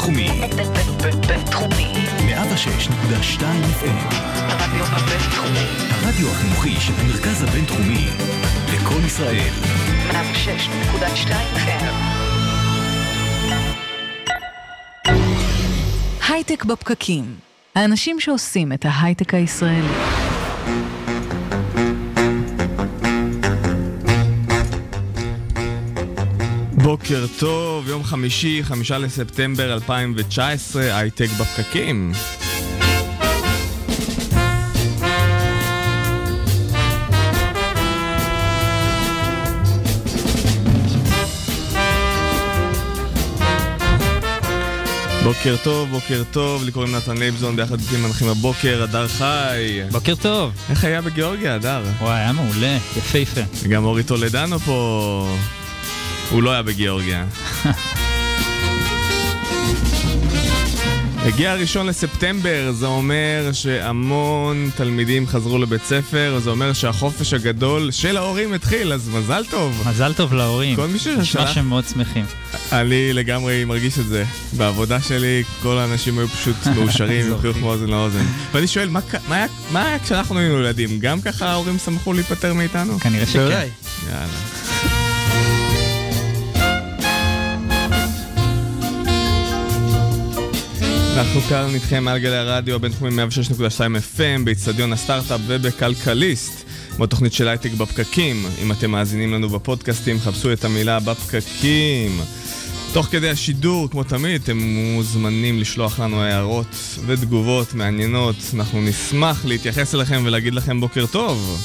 בינתחומי. בינתחומי. 106.2 FM. הרדיו הבינתחומי. הרדיו החינוכי של המרכז הבינתחומי. לכל ישראל. 106.2 FM. הייטק בפקקים. האנשים שעושים את ההייטק הישראלי. בוקר טוב, יום חמישי, 5 לספטמבר 2019, הייטק בפקקים. בוקר טוב, לי קוראים נתן לייבזון, ביחד איתי מנחים הבוקר, אדר חי. בוקר טוב. איך היה בגיאורגיה, אדר? וואי, היה מעולה, יפהפה. גם אורי טולדנו פה, הוא לא היה בגיאורגיה. הגיע הראשון לספטמבר, זה אומר שהמון תלמידים חזרו לבית ספר, זה אומר שהחופש הגדול של ההורים התחיל, אז מזל טוב. מזל טוב להורים. כל מי ששלח. נשמע שהם מאוד שמחים. אני לגמרי מרגיש את זה. בעבודה שלי כל האנשים היו פשוט מאושרים, עם חיוך מאוזן לאוזן. ואני שואל, מה היה כשאנחנו היינו ילדים? גם ככה ההורים שמחו להיפטר מאיתנו? כנראה שכן. יאללה. אנחנו כאן נתחיל מעל גלי הרדיו הבינתחומי 106.2 FM באצטדיון הסטארט-אפ ובכלכליסט בתוכנית של הייטק בפקקים. אם אתם מאזינים לנו בפודקאסטים, חפשו את המילה בפקקים. תוך כדי השידור, כמו תמיד, אתם מוזמנים לשלוח לנו הערות ותגובות מעניינות. אנחנו נשמח להתייחס אליכם ולהגיד לכם בוקר טוב.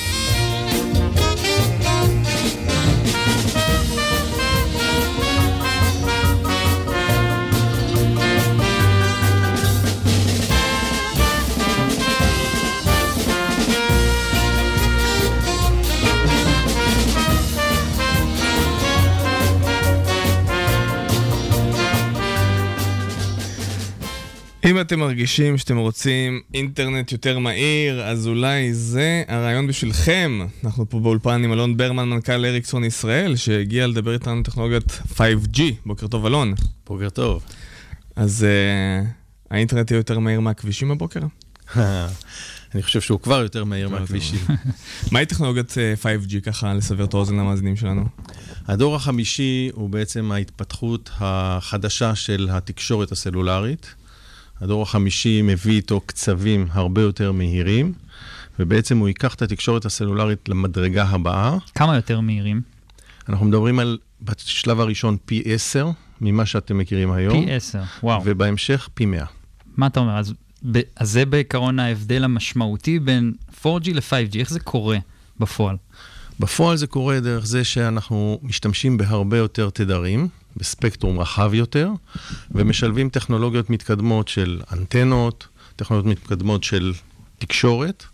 אם אתם מרגישים שאתם רוצים אינטרנט יותר מהיר, אז אולי זה הרעיון בשבילכם. אנחנו פה באולפן עם אלון ברמן, מנכ"ל אריקסון ישראל, שהגיע לדבר איתנו טכנולוגיית 5G. בוקר טוב, אלון. בוקר טוב. אז האינטרנט יהיה יותר מהיר מהכבישים הבוקר? אני חושב שהוא כבר יותר מהיר מהכבישים. מהי טכנולוגיית 5G ככה, לסבר את האוזן למאזינים שלנו? הדור החמישי הוא בעצם ההתפתחות החדשה של התקשורת הסלולרית. הדור החמישי מביא איתו קצבים הרבה יותר מהירים, ובעצם הוא ייקח את התקשורת הסלולרית למדרגה הבאה. כמה יותר מהירים? אנחנו מדברים על, בשלב הראשון, פי 10 ממה שאתם מכירים היום. פי 10, וואו. ובהמשך, פי 100. מה אתה אומר? אז זה בעיקרון ההבדל המשמעותי בין 4G ל-5G. איך זה קורה בפועל? בפועל זה קורה דרך זה שאנחנו משתמשים בהרבה יותר תדרים, בספקטרום רחב יותר, ומשלבים טכנולוגיות מתקדמות של אנטנות, טכנולוגיות מתקדמות של תקשורת,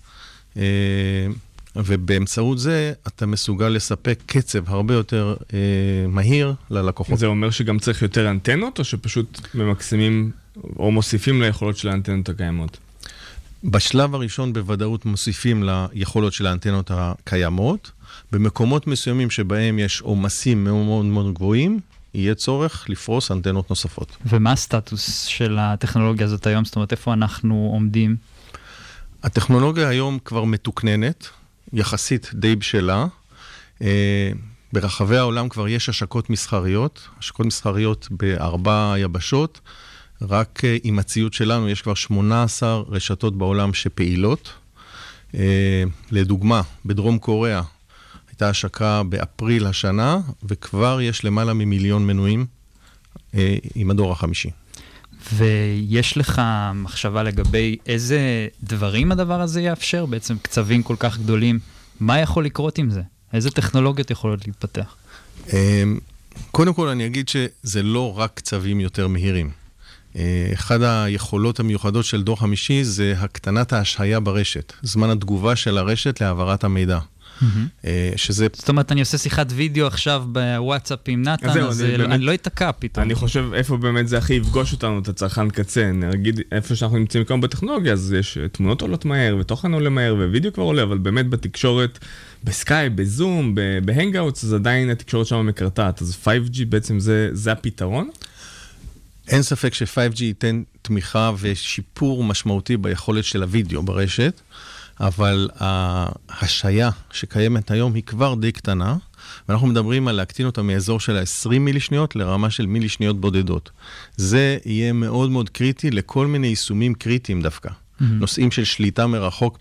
ובאמצעות זה אתה מסוגל לספק קצב הרבה יותר מהיר ללקוחות. זה אומר שגם צריך יותר אנטנות, או שפשוט ממקסימים או מוסיפים ליכולות של האנטנות הקיימות? בשלב הראשון בוודאות מוסיפים ליכולות של האנטנות הקיימות. במקומות מסוימים שבהם יש עומסים מאוד מאוד גבוהים, יהיה צורך לפרוס אנטנות נוספות. ומה הסטטוס של הטכנולוגיה הזאת היום? זאת אומרת, איפה אנחנו עומדים? הטכנולוגיה היום כבר מתוקננת, יחסית די בשלה. ברחבי העולם כבר יש השקות מסחריות ב4 יבשות. רק עם הציוד שלנו יש כבר 18 רשתות בעולם שפעילות. לדוגמה, בדרום קוריאה הייתה השקה באפריל השנה, וכבר יש למעלה ממיליון מנויים עם הדור החמישי. ויש לך מחשבה לגבי איזה דברים הדבר הזה יאפשר? בעצם קצבים כל כך גדולים, מה יכול לקרות עם זה? איזה טכנולוגיות יכולות להתפתח? קודם כל אני אגיד שזה לא רק קצבים יותר מהירים. אחד היכולות המיוחדות של דור חמישי זה הקטנת ההשהיה ברשת, זמן התגובה של הרשת להעברת המידע. זאת אומרת, אני עושה שיחת וידאו עכשיו בוואטסאפ עם נתן, אז אני לא אתקע פתאום. אני חושב איפה באמת זה הכי יפגוש אותנו, את הצרכן קצה. נגיד, איפה שאנחנו נמצאים כאן בטכנולוגיה, אז יש תמונות עולות מהר, ותוכן עולה מהר, ווידאו כבר עולה, אבל באמת בתקשורת, בסקייפ, בזום, בהנגאוטס, אז עדיין התקשורת שם מקרטעת. אז 5G בעצם זה הפתרון? אין ספק ש-5G ייתן תמיכה ושיפור משמעותי ביכולת של הוידאו ברשת, אבל ההשעיה שקיימת היום היא כבר די קטנה, ואנחנו מדברים על להקטין אותה מאזור של 20 מילי שניות לרמה של מילי שניות בודדות. זה יהיה מאוד מאוד קריטי לכל מיני יישומים קריטיים דווקא. נושאים של שליטה מרחוק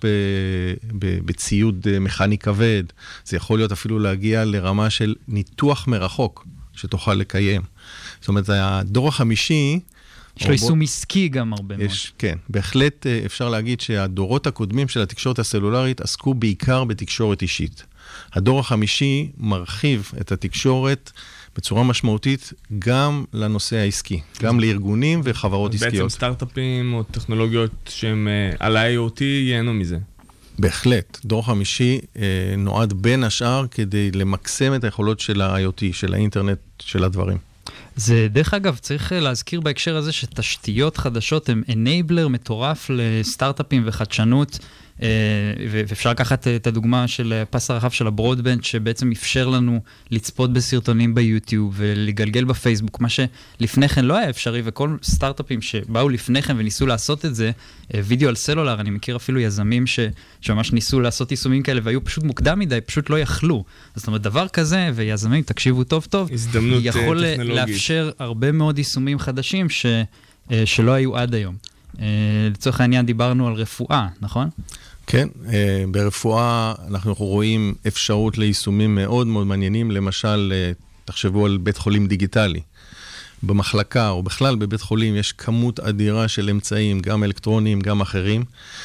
בציוד מכני כבד, זה יכול להיות אפילו להגיע לרמה של ניתוח מרחוק שתוכל לקיים. זאת אומרת, הדור החמישי... יש לו יישום עסקי גם הרבה מאוד. כן, בהחלט אפשר להגיד שהדורות הקודמים של התקשורת הסלולרית עסקו בעיקר בתקשורת אישית. הדור החמישי מרחיב את התקשורת בצורה משמעותית גם לנושא העסקי, גם לארגונים וחברות עסקיות. בעצם סטארט-אפים או טכנולוגיות שהם על ה-IoT ייהנו מזה. בהחלט. דור חמישי נועד בין השאר כדי למקסם את היכולות של ה-IoT, של האינטרנט, של הדברים. זה דרך אגב, צריך להזכיר בהקשר הזה שתשתיות חדשות הם enabler מטורף לסטארט-אפים וחדשנות, ואפשר לקחת את הדוגמה של פס הרחב של הברודבנד, שבעצם אפשר לנו לצפות בסרטונים ביוטיוב ולגלגל בפייסבוק, מה שלפני כן לא היה אפשרי, וכל סטארט-אפים שבאו לפני כן וניסו לעשות את זה, וידאו על סלולר, אני מכיר אפילו יזמים שממש ניסו לעשות יישומים כאלה, והיו פשוט מוקדם מדי, פשוט לא יכלו. זאת אומרת, דבר כזה, ויזמים, תקשיבו טוב טוב, יכול לאפשר הרבה מאוד יישומים חדשים שלא היו עד היום. לצורך העניין דיברנו על רפואה, נכון? כן, ברפואה אנחנו רואים אפשרות ליישומים מאוד מאוד מעניינים, למשל, תחשבו על בית חולים דיגיטלי. במחלקה או בכלל בבית חולים יש כמות אדירה של אמצעים, גם אלקטרוניים, גם אחרים.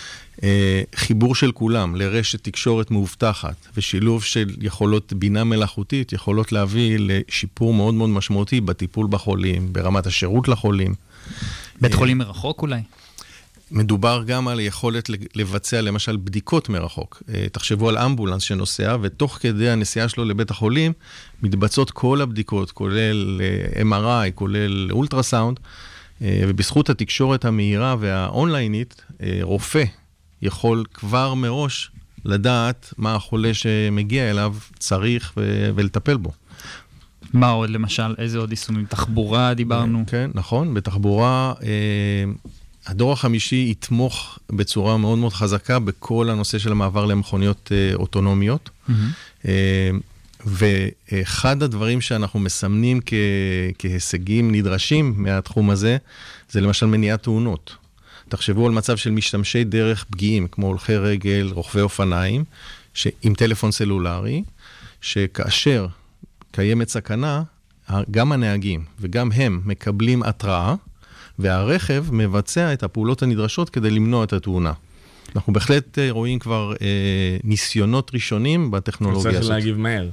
חיבור של כולם לרשת תקשורת מאובטחת ושילוב של יכולות בינה מלאכותית יכולות להביא לשיפור מאוד מאוד משמעותי בטיפול בחולים, ברמת השירות לחולים. בית חולים מרחוק אולי? מדובר גם על יכולת לבצע למשל בדיקות מרחוק. תחשבו על אמבולנס שנוסע, ותוך כדי הנסיעה שלו לבית החולים, מתבצעות כל הבדיקות, כולל MRI, כולל אולטרסאונד, ובזכות התקשורת המהירה והאונליינית, רופא יכול כבר מראש לדעת מה החולה שמגיע אליו צריך ולטפל בו. מה עוד למשל? איזה עוד יישומים? תחבורה דיברנו. כן, נכון. בתחבורה, הדור החמישי יתמוך בצורה מאוד מאוד חזקה בכל הנושא של המעבר למכוניות אוטונומיות. ואחד הדברים שאנחנו מסמנים כהישגים נדרשים מהתחום הזה, זה למשל מניעת תאונות. תחשבו על מצב של משתמשי דרך פגיעים, כמו הולכי רגל, רוכבי אופניים, עם טלפון סלולרי, שכאשר קיימת סכנה, גם הנהגים וגם הם מקבלים התראה, והרכב מבצע את הפעולות הנדרשות כדי למנוע את התאונה. אנחנו בהחלט רואים כבר ניסיונות ראשונים בטכנולוגיה הזאת. צריך להגיב מהר.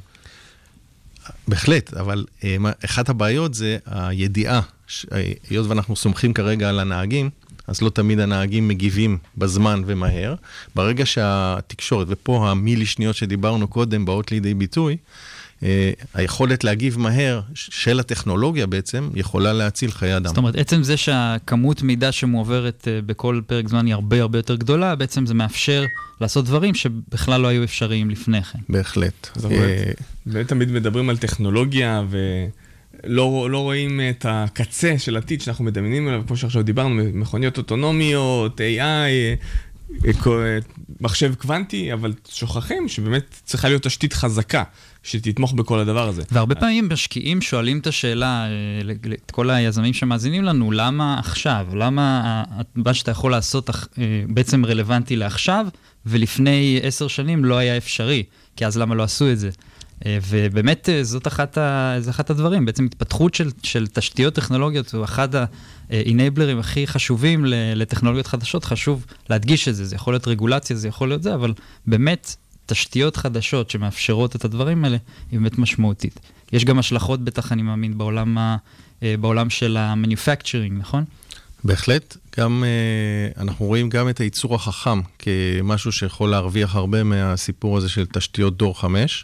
בהחלט, אבל אחת הבעיות זה הידיעה, היות ואנחנו סומכים כרגע על הנהגים, אז לא תמיד הנהגים מגיבים בזמן ומהר. ברגע שהתקשורת, ופה המילי שניות שדיברנו קודם באות לידי ביטוי, היכולת להגיב מהר של הטכנולוגיה בעצם יכולה להציל חיי אדם. זאת אומרת, עצם זה שהכמות מידע שמועברת בכל פרק זמן היא הרבה הרבה יותר גדולה, בעצם זה מאפשר לעשות דברים שבכלל לא היו אפשריים לפני כן. בהחלט. באמת תמיד מדברים על טכנולוגיה ולא רואים את הקצה של עתיד שאנחנו מדמיינים עליו, כמו שעכשיו דיברנו, מכוניות אוטונומיות, AI, מחשב קוונטי, אבל שוכחים שבאמת צריכה להיות תשתית חזקה שתתמוך בכל הדבר הזה. והרבה פעמים משקיעים שואלים את השאלה, את כל היזמים שמאזינים לנו, למה עכשיו? למה מה שאתה יכול לעשות בעצם רלוונטי לעכשיו, ולפני 10 שנים לא היה אפשרי, כי אז למה לא עשו את זה? ובאמת זאת אחת הדברים, בעצם התפתחות של תשתיות טכנולוגיות, הוא אחד האנבלרים הכי חשובים לטכנולוגיות חדשות, חשוב להדגיש את זה, זה יכול להיות רגולציה, זה יכול להיות זה, אבל באמת תשתיות חדשות שמאפשרות את הדברים האלה, היא באמת משמעותית. יש גם השלכות בטח, אני מאמין, בעולם של ה-manufacturing, נכון? בהחלט, גם אנחנו רואים גם את הייצור החכם כמשהו שיכול להרוויח הרבה מהסיפור הזה של תשתיות דור 5.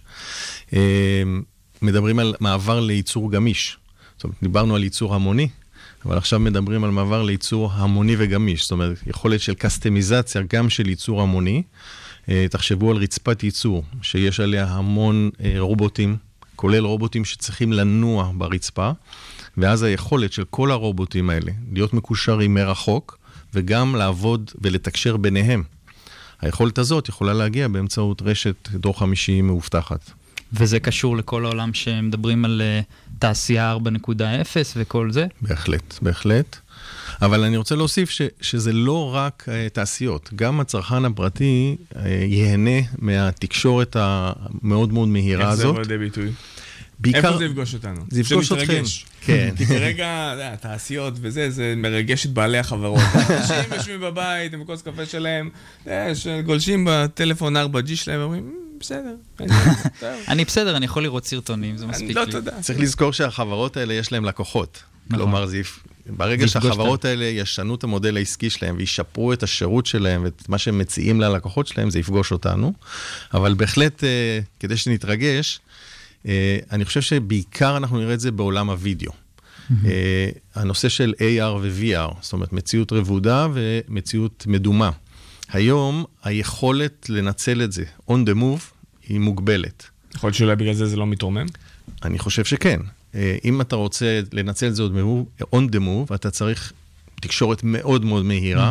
מדברים על מעבר לייצור גמיש. זאת אומרת, דיברנו על ייצור המוני, אבל עכשיו מדברים על מעבר לייצור המוני וגמיש. זאת אומרת, יכולת של קסטמיזציה גם של ייצור המוני. תחשבו על רצפת ייצור, שיש עליה המון רובוטים, כולל רובוטים שצריכים לנוע ברצפה, ואז היכולת של כל הרובוטים האלה להיות מקושרים מרחוק, וגם לעבוד ולתקשר ביניהם. היכולת הזאת יכולה להגיע באמצעות רשת דור 5 מאובטחת. וזה קשור לכל העולם שמדברים על תעשייה 4.0 וכל זה? בהחלט, בהחלט. אבל אני רוצה להוסיף שזה לא רק תעשיות, גם הצרכן הפרטי ייהנה מהתקשורת המאוד מאוד מהירה הזאת. איך זה עובד ביטוי? איפה זה יפגוש אותנו? זה יפגוש אתכם. כן. כי כרגע, תעשיות וזה, זה מרגש את בעלי החברות. אנשים יושבים בבית, עם כוס קפה שלהם, גולשים בטלפון 4G שלהם, אומרים, בסדר. אני בסדר, אני יכול לראות סרטונים, זה מספיק לי. לא, תודה. צריך לזכור שהחברות האלה יש להם לקוחות. כלומר, ברגע שהחברות האלה ישנו את המודל העסקי שלהם וישפרו את השירות שלהם ואת מה שהם מציעים ללקוחות שלהם, זה יפגוש אותנו. אבל בהחלט, כדי שנתרגש, אני חושב שבעיקר אנחנו נראה את זה בעולם הוידאו. הנושא של AR ו-VR, זאת אומרת מציאות רבודה ומציאות מדומה. היום היכולת לנצל את זה on the move היא מוגבלת. יכול להיות שאולי בגלל זה לא מתרומם? אני חושב שכן. אם אתה רוצה לנצל את זה on the move, אתה צריך תקשורת מאוד מאוד מהירה,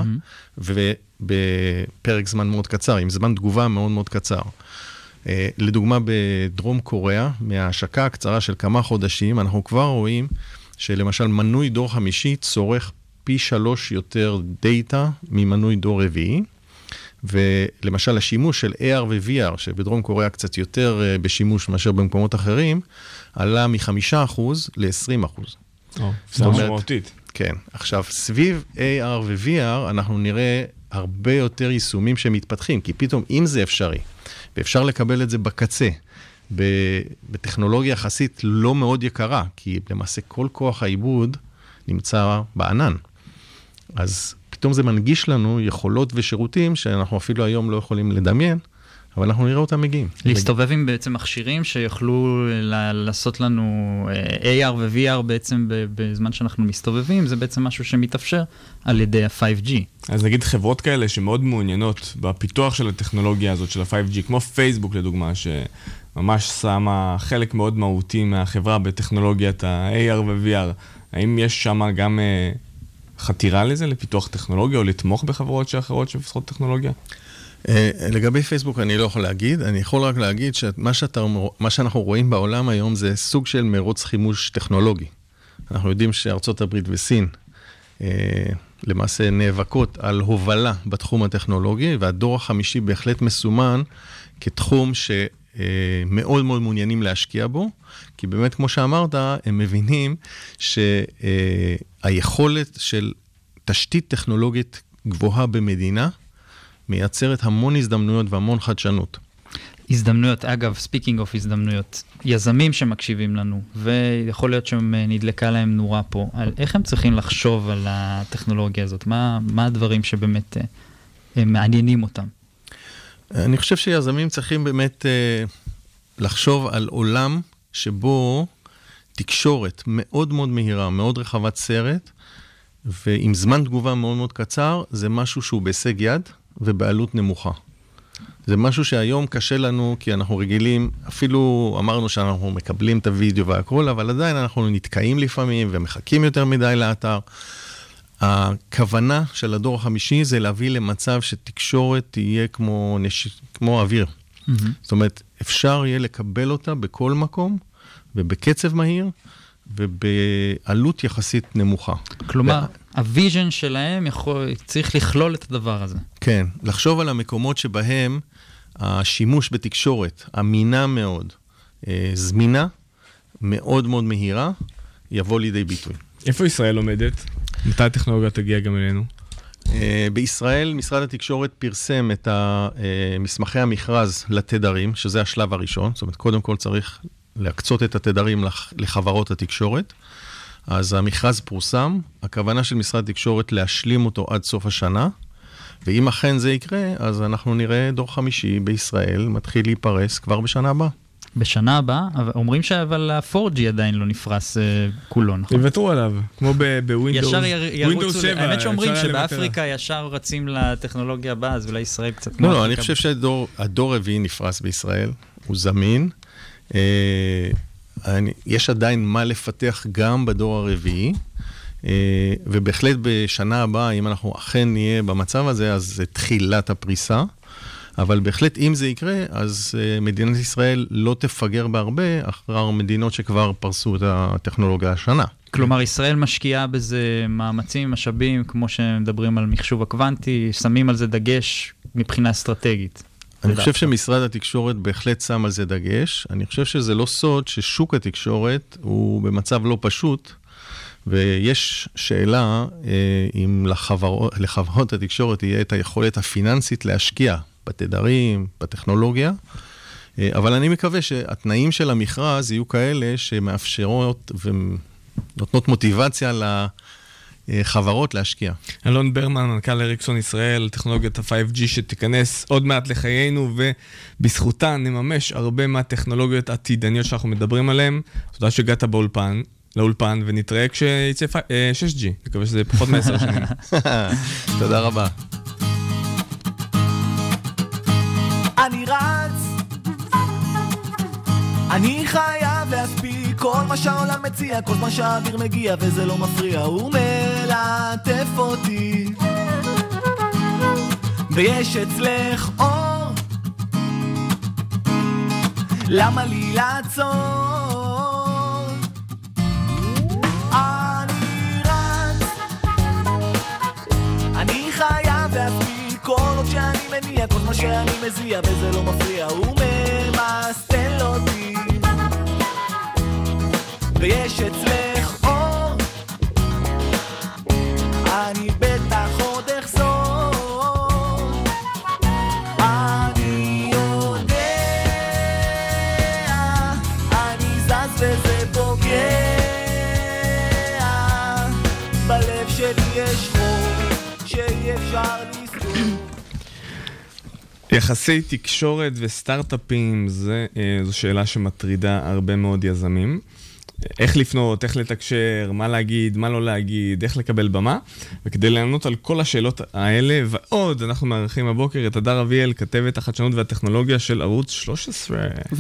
ובפרק זמן מאוד קצר, עם זמן תגובה מאוד מאוד קצר. לדוגמה, בדרום קוריאה, מההשקה הקצרה של כמה חודשים, אנחנו כבר רואים שלמשל מנוי דור 5 צורך פי 3 יותר דאטה ממנוי דור 4, ולמשל השימוש של AR ו-VR, שבדרום קוריאה קצת יותר בשימוש מאשר במקומות אחרים, עלה מ5% ל-20%. זה משמעותית. כן. עכשיו, סביב AR ו-VR, אנחנו נראה הרבה יותר יישומים שמתפתחים, כי פתאום אם זה אפשרי, ואפשר לקבל את זה בקצה, בטכנולוגיה יחסית לא מאוד יקרה, כי למעשה כל כוח העיבוד נמצא בענן. אז פתאום זה מנגיש לנו יכולות ושירותים שאנחנו אפילו היום לא יכולים לדמיין, אבל אנחנו נראה אותם מגיעים. להסתובב עם בעצם מכשירים שיוכלו לעשות לנו AR ו-VR בעצם בזמן שאנחנו מסתובבים, זה בעצם משהו שמתאפשר על ידי ה-5G. אז נגיד חברות כאלה שמאוד מעוניינות בפיתוח של הטכנולוגיה הזאת של ה-5G, כמו פייסבוק לדוגמה, שממש שמה חלק מאוד מהותי מהחברה בטכנולוגיית ה-AR ו-VR, האם יש שם גם חתירה לזה, לפיתוח טכנולוגיה, או לתמוך בחברות שאחרות שמפתחות טכנולוגיה? לגבי פייסבוק אני לא יכול להגיד, אני יכול רק להגיד שמה שאנחנו רואים בעולם היום זה סוג של מרוץ חימוש טכנולוגי. אנחנו יודעים שארצות הברית וסין למעשה נאבקות על הובלה בתחום הטכנולוגי, והדור החמישי בהחלט מסומן כתחום שמאוד מאוד מעוניינים להשקיע בו, כי באמת כמו שאמרת, הם מבינים שהיכולת של תשתית טכנולוגית גבוהה במדינה, מייצרת המון הזדמנויות והמון חדשנות. הזדמנויות, אגב, speaking of הזדמנויות, יזמים שמקשיבים לנו, ויכול להיות שנדלקה להם נורה פה, על איך הם צריכים לחשוב על הטכנולוגיה הזאת? מה הדברים שבאמת מעניינים אותם? אני חושב שיזמים צריכים באמת לחשוב על עולם שבו תקשורת מאוד מאוד מהירה, מאוד רחבת סרט, ועם זמן תגובה מאוד מאוד קצר, זה משהו שהוא בהישג יד ובעלות נמוכה. זה משהו שהיום קשה לנו, כי אנחנו רגילים, אפילו אמרנו שאנחנו מקבלים את הוידאו והכל, אבל עדיין אנחנו נתקעים לפעמים ומחכים יותר מדי לאתר. הכוונה של הדור החמישי זה להביא למצב שתקשורת תהיה כמו אוויר. זאת אומרת, אפשר יהיה לקבל אותה בכל מקום, ובקצב מהיר, ובעלות יחסית נמוכה. כלומר, הוויז'ן שלהם צריך לכלול את הדבר הזה. כן, לחשוב על המקומות שבהם השימוש בתקשורת, אמינה מאוד, זמינה, מאוד מאוד מהירה, יבוא לידי ביטוי. איפה ישראל עומדת? מתי הטכנולוגיה תגיע גם אלינו? בישראל משרד התקשורת פרסם את מסמכי המכרז לתדרים, שזה השלב הראשון, זאת אומרת, קודם כל צריך להקצות את התדרים לחברות התקשורת. אז המכרז פורסם, הכוונה של משרד התקשורת להשלים אותו עד סוף השנה, ואם אכן זה יקרה, אז אנחנו נראה דור חמישי בישראל מתחיל להיפרס כבר בשנה הבאה. בשנה הבאה? אומרים אבל ה-4G עדיין לא נפרס כולו, נכון? יוותרו עליו, כמו בווינדוס 7. האמת שאומרים שבאפריקה ישר רצים לטכנולוגיה הבאה, אז אולי ישראל קצת... לא, אני חושב שהדור רביעי נפרס בישראל, הוא זמין, יש עדיין מה לפתח גם בדור הרביעי, ובהחלט בשנה הבאה, אם אנחנו אכן נהיה במצב הזה, אז זה תחילת הפריסה. אבל בהחלט אם זה יקרה, אז מדינת ישראל לא תפגר בהרבה אחר מדינות שכבר פרסו את הטכנולוגיה השנה. כלומר, ישראל משקיעה בזה מאמצים, משאבים, כמו שמדברים על מחשוב הקוונטי, שמים על זה דגש מבחינה אסטרטגית. אני חושב שמשרד התקשורת בהחלט שם על זה דגש. אני חושב שזה לא סוד ששוק התקשורת הוא במצב לא פשוט, ויש שאלה אם לחברות התקשורת תהיה את היכולת הפיננסית להשקיע בתדרים, בטכנולוגיה, אבל אני מקווה שהתנאים של המכרז יהיו כאלה שמאפשרות ונותנות מוטיבציה לחברות להשקיע. אלון ברמן, מנכ"ל אריקסון ישראל, טכנולוגיית ה-5G שתיכנס עוד מעט לחיינו, ובזכותה נממש הרבה מהטכנולוגיות העתידניות שאנחנו מדברים עליהן. תודה שהגעת לאולפן, ונתראה כשיצא 6G. נקווה שזה פחות מ10 שנים. תודה רבה. אני רץ, אני חייב להספיק כל מה שהעולם מציע, כל מה שהאוויר מגיע וזה לא מפריע, הוא מלטף אותי ויש אצלך אור, למה לי לעצור? אני רץ, אני חייב להספיק כל עוד שאני מניע, כל מה שאני מזיע וזה לא מפריע, הוא ממסטל אותי ויש אצלך אור, אני בטח עוד אחזור, אני יודע, אני זז וזה פוגע, בלב שלי יש חור שאי אפשר לסגור. יחסי תקשורת וסטארט-אפים, זו שאלה שמטרידה הרבה מאוד יזמים. איך לפנות, איך לתקשר, מה להגיד, מה לא להגיד, איך לקבל במה. וכדי לענות על כל השאלות האלה ועוד, אנחנו מארחים הבוקר את הדר אביאל, כתבת החדשנות והטכנולוגיה של ערוץ 13.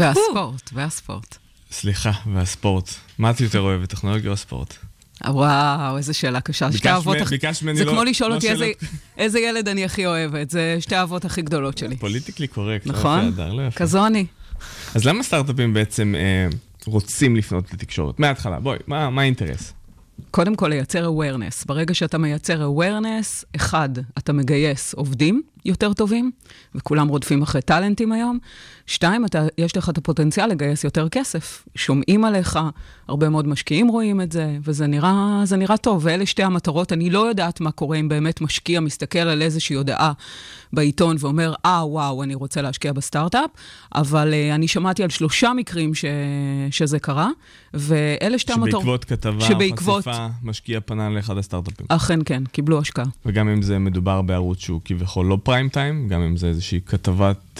והספורט. סליחה, והספורט. מה את יותר אוהבת, טכנולוגיה או ספורט? וואו, איזה שאלה קשה. זה כמו לשאול אותי איזה ילד אני הכי אוהבת. זה שתי האהבות הכי גדולות שלי. פוליטיקלי קורקט. נכון? כזו אני. אז למה סטארט-אפים בעצם רוצים לפנות לתקשורת? מההתחלה, בואי, מה האינטרס? קודם כל לייצר awareness. ברגע שאתה מייצר awareness, אחד, אתה מגייס עובדים יותר טובים, וכולם רודפים אחרי טלנטים היום. 2, יש לך את הפוטנציאל לגייס יותר כסף. שומעים עליך, הרבה מאוד משקיעים רואים את זה, וזה נראה טוב. ואלה שתי המטרות. אני לא יודעת מה קורה אם באמת משקיע מסתכל על איזושהי הודעה בעיתון ואומר, וואו, אני רוצה להשקיע בסטארט-אפ, אבל אני שמעתי על 3 מקרים שזה קרה, ואלה שתי המטרות. שבעקבות כתבה או חשיפה משקיע פנה לאחד הסטארט-אפים. אכן כן, קיבלו השקעה. וגם אם זה מדובר בערוץ שהוא כביכול לא פריים טיים, גם אם זה איזושהי כתבת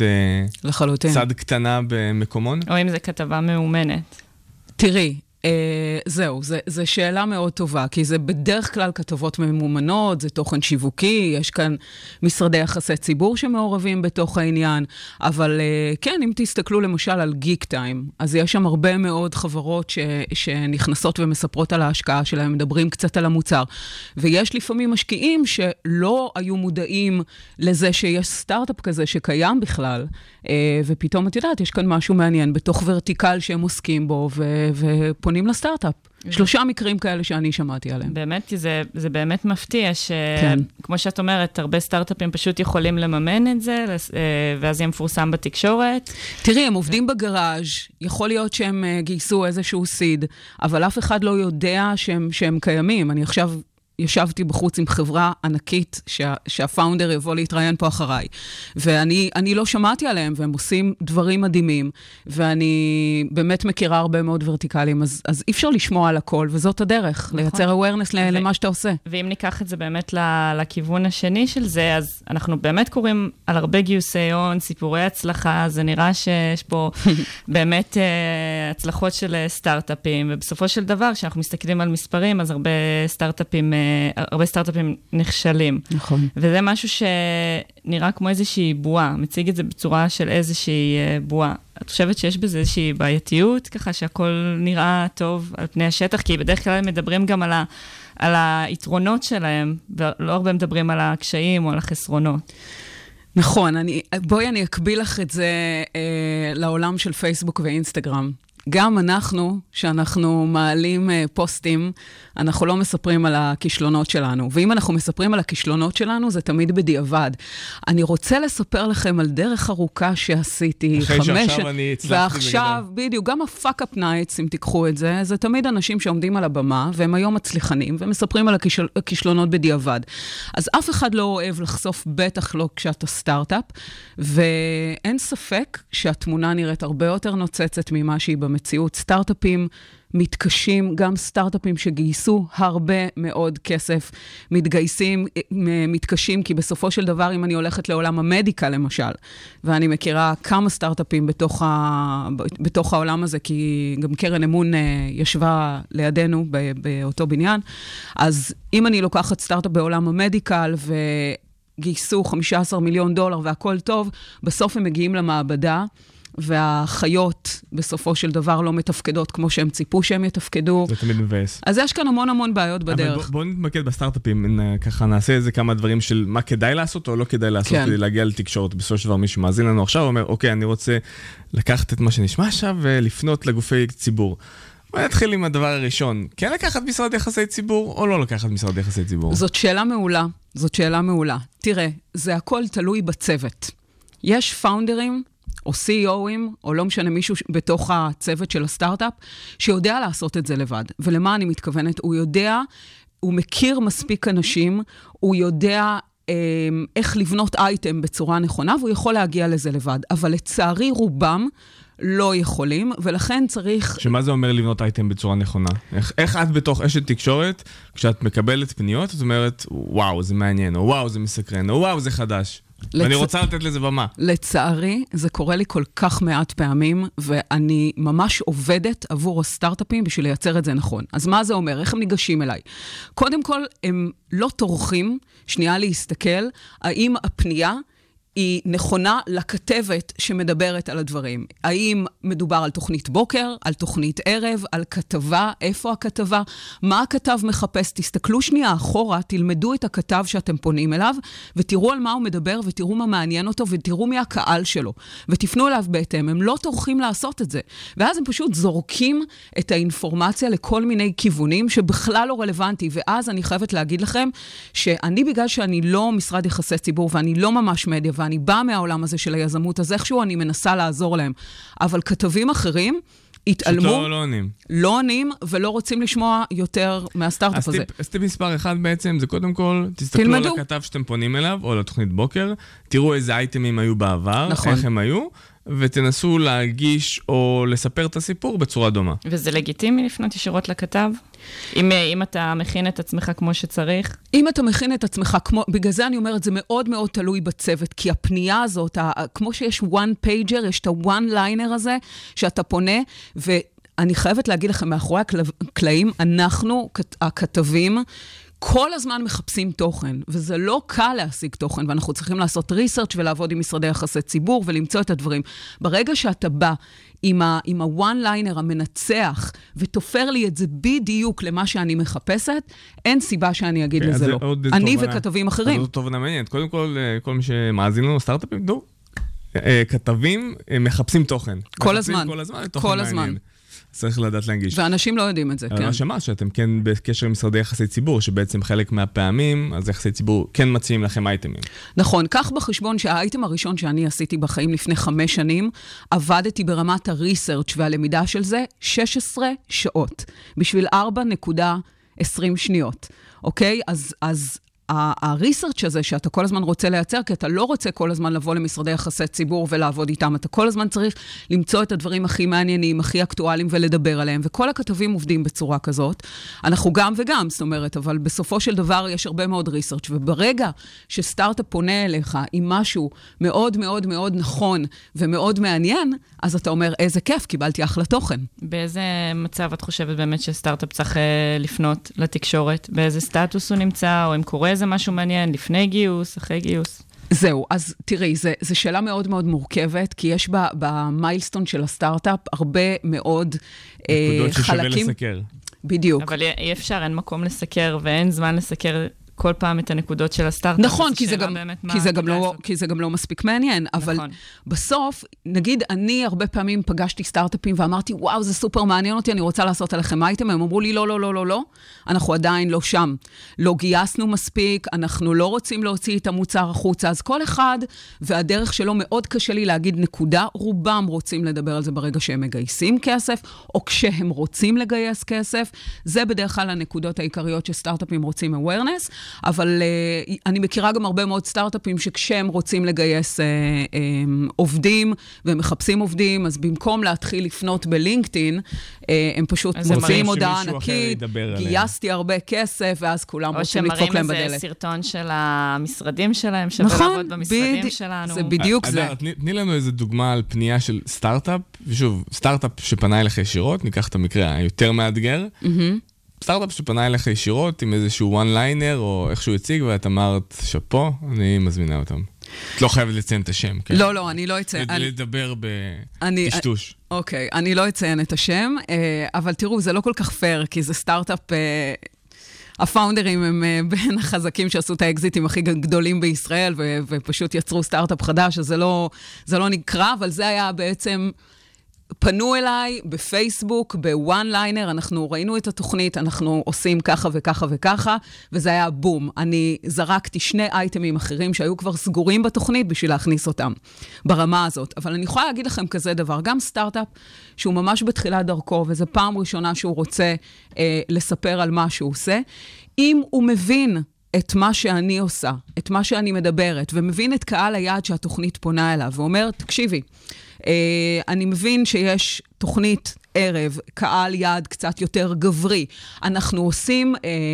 צד קטנה במקומון. או אם זה כתבה מאומנת. תראי, זהו, זו שאלה מאוד טובה, כי זה בדרך כלל כתבות ממומנות, זה תוכן שיווקי, יש כאן משרדי יחסי ציבור שמעורבים בתוך העניין, אבל כן, אם תסתכלו למשל על גיק טיים, אז יש שם הרבה מאוד חברות שנכנסות ומספרות על ההשקעה שלהם, מדברים קצת על המוצר, ויש לפעמים משקיעים שלא היו מודעים לזה שיש סטארט-אפ כזה שקיים בכלל, ופתאום את יודעת, יש כאן משהו מעניין בתוך ורטיקל שהם עוסקים בו, ופונים לסטארט-אפ. 3 מקרים כאלה שאני שמעתי עליהם. באמת, זה באמת מפתיע, שכמו שאת אומרת, הרבה סטארט-אפים פשוט יכולים לממן את זה, ואז יהיה מפורסם בתקשורת. תראי, הם עובדים בגראז', יכול להיות שהם גייסו איזשהו סיד, אבל אף אחד לא יודע שהם קיימים. אני עכשיו ישבתי בחוץ עם חברה ענקית שהפאונדר יבוא להתראיין פה אחריי. ואני לא שמעתי עליהם, והם עושים דברים מדהימים, ואני באמת מכירה הרבה מאוד ורטיקלים, אז אי אפשר לשמוע על הכל, וזאת הדרך, לייצר awareness למה שאתה עושה. ואם ניקח את זה באמת לכיוון השני של זה, אז אנחנו באמת קוראים על הרבה גיוסי הון, סיפורי הצלחה, זה נראה שיש פה באמת הצלחות של סטארט-אפים, ובסופו של דבר, כשאנחנו מסתכלים על מספרים, אז הרבה סטארט-אפים הרבה סטארט-אפים נכשלים. נכון. וזה משהו שנראה כמו איזושהי בועה, מציג את זה בצורה של איזושהי בועה. את חושבת שיש בזה איזושהי בעייתיות, ככה שהכל נראה טוב על פני השטח, כי בדרך כלל הם מדברים גם על היתרונות שלהם, ולא הרבה מדברים על הקשיים או על החסרונות. נכון, בואי אני אקביל לך את זה לעולם של פייסבוק ואינסטגרם. גם אנחנו, שאנחנו מעלים פוסטים, אנחנו לא מספרים על הכישלונות שלנו. ואם אנחנו מספרים על הכישלונות שלנו, זה תמיד בדיעבד. אני רוצה לספר לכם על דרך ארוכה שעשיתי. אחרי שעכשיו אני הצלחתי ועכשיו, בדיוק, גם הפאק-אפ נייטס, אם תיקחו את זה, זה תמיד אנשים שעומדים על הבמה, והם היום מצליחנים, ומספרים על הכישלונות בדיעבד. אז אף אחד לא אוהב לחשוף, בטח לא כשאתה סטארט-אפ, ואין ספק שהתמונה נראית הרבה יותר נוצצת ממה שהיא במציאות. סטארט-אפים מתקשים, גם סטארט-אפים שגייסו הרבה מאוד כסף, מתקשים, כי בסופו של דבר, אם אני הולכת לעולם המדיקה למשל, ואני מכירה כמה סטארט-אפים בתוך העולם הזה, כי גם קרן אמון ישבה באותו בניין, אז אם אני לוקחת סטארט-אפ בעולם המדיקל, וגייסו $15 מיליון והכל טוב, בסוף הם מגיעים למעבדה, והחיות בסופו של דבר לא מתפקדות כמו שהם ציפו שהם יתפקדו. זה תמיד מבאס. אז יש כאן המון בעיות בדרך. אבל בואו נתמקד בסטארט-אפים, ככה נעשה איזה כמה דברים של מה כדאי לעשות או לא כדאי לעשות כדי להגיע לתקשורת. בסופו של דבר מי שמאזין לנו עכשיו אומר, אוקיי, אני רוצה לקחת את מה שנשמע עכשיו ולפנות לגופי ציבור. בואי נתחיל עם הדבר הראשון. כן לקחת משרד יחסי ציבור או לא לקחת משרד יחסי ציבור? זאת שאלה מעולה. תראה, זה הכל תלוי בצוות. יש פאונדרים או CEOים, או לא משנה מישהו בתוך הצוות של הסטארט-אפ, שיודע לעשות את זה לבד. ולמה אני מתכוונת? הוא מכיר מספיק אנשים, הוא יודע איך לבנות אייטם בצורה נכונה, והוא יכול להגיע לזה לבד. אבל לצערי רובם לא יכולים, ולכן צריך... שמה זה אומר לבנות אייטם בצורה נכונה? איך את בתוך אשת תקשורת, כשאת מקבלת פניות, את אומרת, וואו, זה מעניין, או וואו, זה מסקרן, או וואו, זה חדש. ואני רוצה לתת לזה במה. לצערי, זה קורה לי כל כך מעט פעמים, ואני ממש עובדת עבור הסטארט-אפים בשביל לייצר את זה נכון. אז מה זה אומר? איך הם ניגשים אליי? קודם כל, הם לא טורחים, שנייה להסתכל, האם הפנייה היא נכונה לכתבת שמדברת על הדברים. האם מדובר על תוכנית בוקר, על תוכנית ערב, על כתבה, איפה הכתבה, מה הכתב מחפש, תסתכלו שנייה אחורה, תלמדו את הכתב שאתם פונים אליו, ותראו על מה הוא מדבר, ותראו מה מעניין אותו, ותראו מי הקהל שלו, ותפנו אליו בהתאם, הם לא טורחים לעשות את זה. ואז הם פשוט זורקים את האינפורמציה לכל מיני כיוונים שבכלל לא רלוונטי, ואז אני חייבת להגיד לכם, שאני בגלל שאני לא משרד יחסי ציבור, ואני לא ממש מדיה, ואני באה מהעולם הזה של היזמות, אז איכשהו אני מנסה לעזור להם. אבל כתבים אחרים התעלמו, לא עונים ולא רוצים לשמוע יותר מהסטארט-אפ הזה. אז טיפ מספר אחד בעצם, זה קודם כל, תסתכלו על הכתב שאתם פונים אליו, או לתוכנית בוקר, תראו איזה אייטמים היו בעבר, איך הם היו, ותנסו להגיש או לספר את הסיפור בצורה דומה. וזה לגיטימי לפנות ישירות לכתב? אם אתה מכין את עצמך כמו שצריך? אם אתה מכין את עצמך כמו, בגלל זה אני אומרת, זה מאוד מאוד תלוי בצוות, כי הפנייה הזאת, כמו שיש one pager, יש את ה-one liner הזה, שאתה פונה, ואני חייבת להגיד לכם, מאחורי הקלעים, אנחנו, הכתבים, כל הזמן מחפשים תוכן, וזה לא קל להשיג תוכן, ואנחנו צריכים לעשות ריסרצ' ולעבוד עם משרדי יחסי ציבור, ולמצוא את הדברים. ברגע שאתה בא עם ה-one-liner המנצח, ותופר לי את זה בדיוק למה שאני מחפשת, אין סיבה שאני אגיד לזה לא. אני וכתבים אחרים. זאת תובנה מעניינת. קודם כל, כל מי שמאזין לנו, סטארט-אפים, כתבים מחפשים תוכן. כל הזמן. כל הזמן. צריך לדעת להנגיש. ואנשים לא יודעים את זה, כן. שמע שאתם כן בקשר עם משרדי יחסי ציבור, שבעצם חלק מהפעמים, אז יחסי ציבור כן מציעים לכם אייטמים. נכון, כך בחשבון שהאייטם הראשון שאני עשיתי בחיים לפני 5 שנים, עבדתי ברמת הריסרצ' והלמידה של זה 16 שעות, בשביל 4.20 שניות. אוקיי? אז הריסרצ' הזה שאתה כל הזמן רוצה לייצר, כי אתה לא רוצה כל הזמן לבוא למשרדי יחסי ציבור ולעבוד איתם, אתה כל הזמן צריך למצוא את הדברים הכי מעניינים, הכי אקטואליים ולדבר עליהם, וכל הכתבים עובדים בצורה כזאת. אנחנו גם וגם, זאת אומרת, אבל בסופו של דבר יש הרבה מאוד ריסרצ', וברגע שסטארט-אפ פונה אליך עם משהו מאוד מאוד מאוד נכון ומאוד מעניין, אז אתה אומר, איזה כיף, קיבלתי אחלה תוכן. באיזה מצב את חושבת באמת שסטארט-אפ צריך לפנות לתקשורת? באיזה סטטוס הוא נמצא, או אם קורה איזה משהו מעניין, לפני גיוס, אחרי גיוס? זהו, אז תראי, זו שאלה מאוד מאוד מורכבת, כי יש במיילסטון של הסטארט-אפ הרבה מאוד חלקים. נקודות ששווה לסקר. בדיוק. אבל אי אפשר, אין מקום לסקר, ואין זמן לסקר כל פעם את הנקודות של הסטארט-אפ. נכון, כי זה גם לא מספיק מעניין, אבל בסוף, נגיד, אני הרבה פעמים פגשתי סטארט-אפים ואמרתי, וואו, זה סופר מעניין אותי, אני רוצה לעשות עליכם אייטם, הם אמרו לי, לא, לא, לא, לא, לא, אנחנו עדיין לא שם. לא גייסנו מספיק, אנחנו לא רוצים להוציא את המוצר החוצה, אז כל אחד, והדרך שלו מאוד קשה לי להגיד נקודה, רובם רוצים לדבר על זה ברגע שהם מגייסים כסף, או כשהם רוצים לגייס כסף, זה בדרך כלל הנקודות העיקריות שסטארט-אפים רוצים awareness, אבל אני מכירה גם הרבה מאוד סטארט-אפים שכשהם רוצים לגייס עובדים ומחפשים עובדים, אז במקום להתחיל לפנות בלינקדאין, הם פשוט מוציאים הודעה ענקית, גייסתי הרבה כסף, ואז כולם רוצים לדפוק להם בדלת. או שמראים איזה סרטון של המשרדים שלהם, שווה לעבוד במשרדים שלנו. זה בדיוק זה. תני לנו איזו דוגמה על פנייה של סטארט-אפ, ושוב, סטארט-אפ שפנה אליך ישירות, ניקח את המקרה היותר מאתגר, סטארט-אפ שפנה אליך ישירות עם איזשהו one-liner או איכשהו הציג, ואת אמרת, שפו, אני מזמינה אותם. את לא חייבת לציין את השם, כן? לא, לא, אני לא אציין. לדבר בטשטוש. אוקיי, אני לא אציין את השם, אבל תראו, זה לא כל כך פייר, כי זה סטארט-אפ, הפאונדרים הם בין החזקים שעשו את האקזיטים הכי גדולים בישראל, ופשוט יצרו סטארט-אפ חדש, אז זה לא נקרא, אבל זה היה בעצם... פנו אליי בפייסבוק, בוואן ליינר, אנחנו ראינו את התוכנית, אנחנו עושים ככה וככה וככה, וזה היה בום. אני זרקתי 2 אייטמים אחרים שהיו כבר סגורים בתוכנית בשביל להכניס אותם ברמה הזאת. אבל אני יכולה להגיד לכם כזה דבר, גם סטארט-אפ שהוא ממש בתחילת דרכו, וזו פעם ראשונה שהוא רוצה לספר על מה שהוא עושה, אם הוא מבין את מה שאני עושה, את מה שאני מדברת, ומבין את קהל היעד שהתוכנית פונה אליו, ואומר, תקשיבי, אני מבין שיש תוכנית ערב, קהל יעד קצת יותר גברי. אנחנו עושים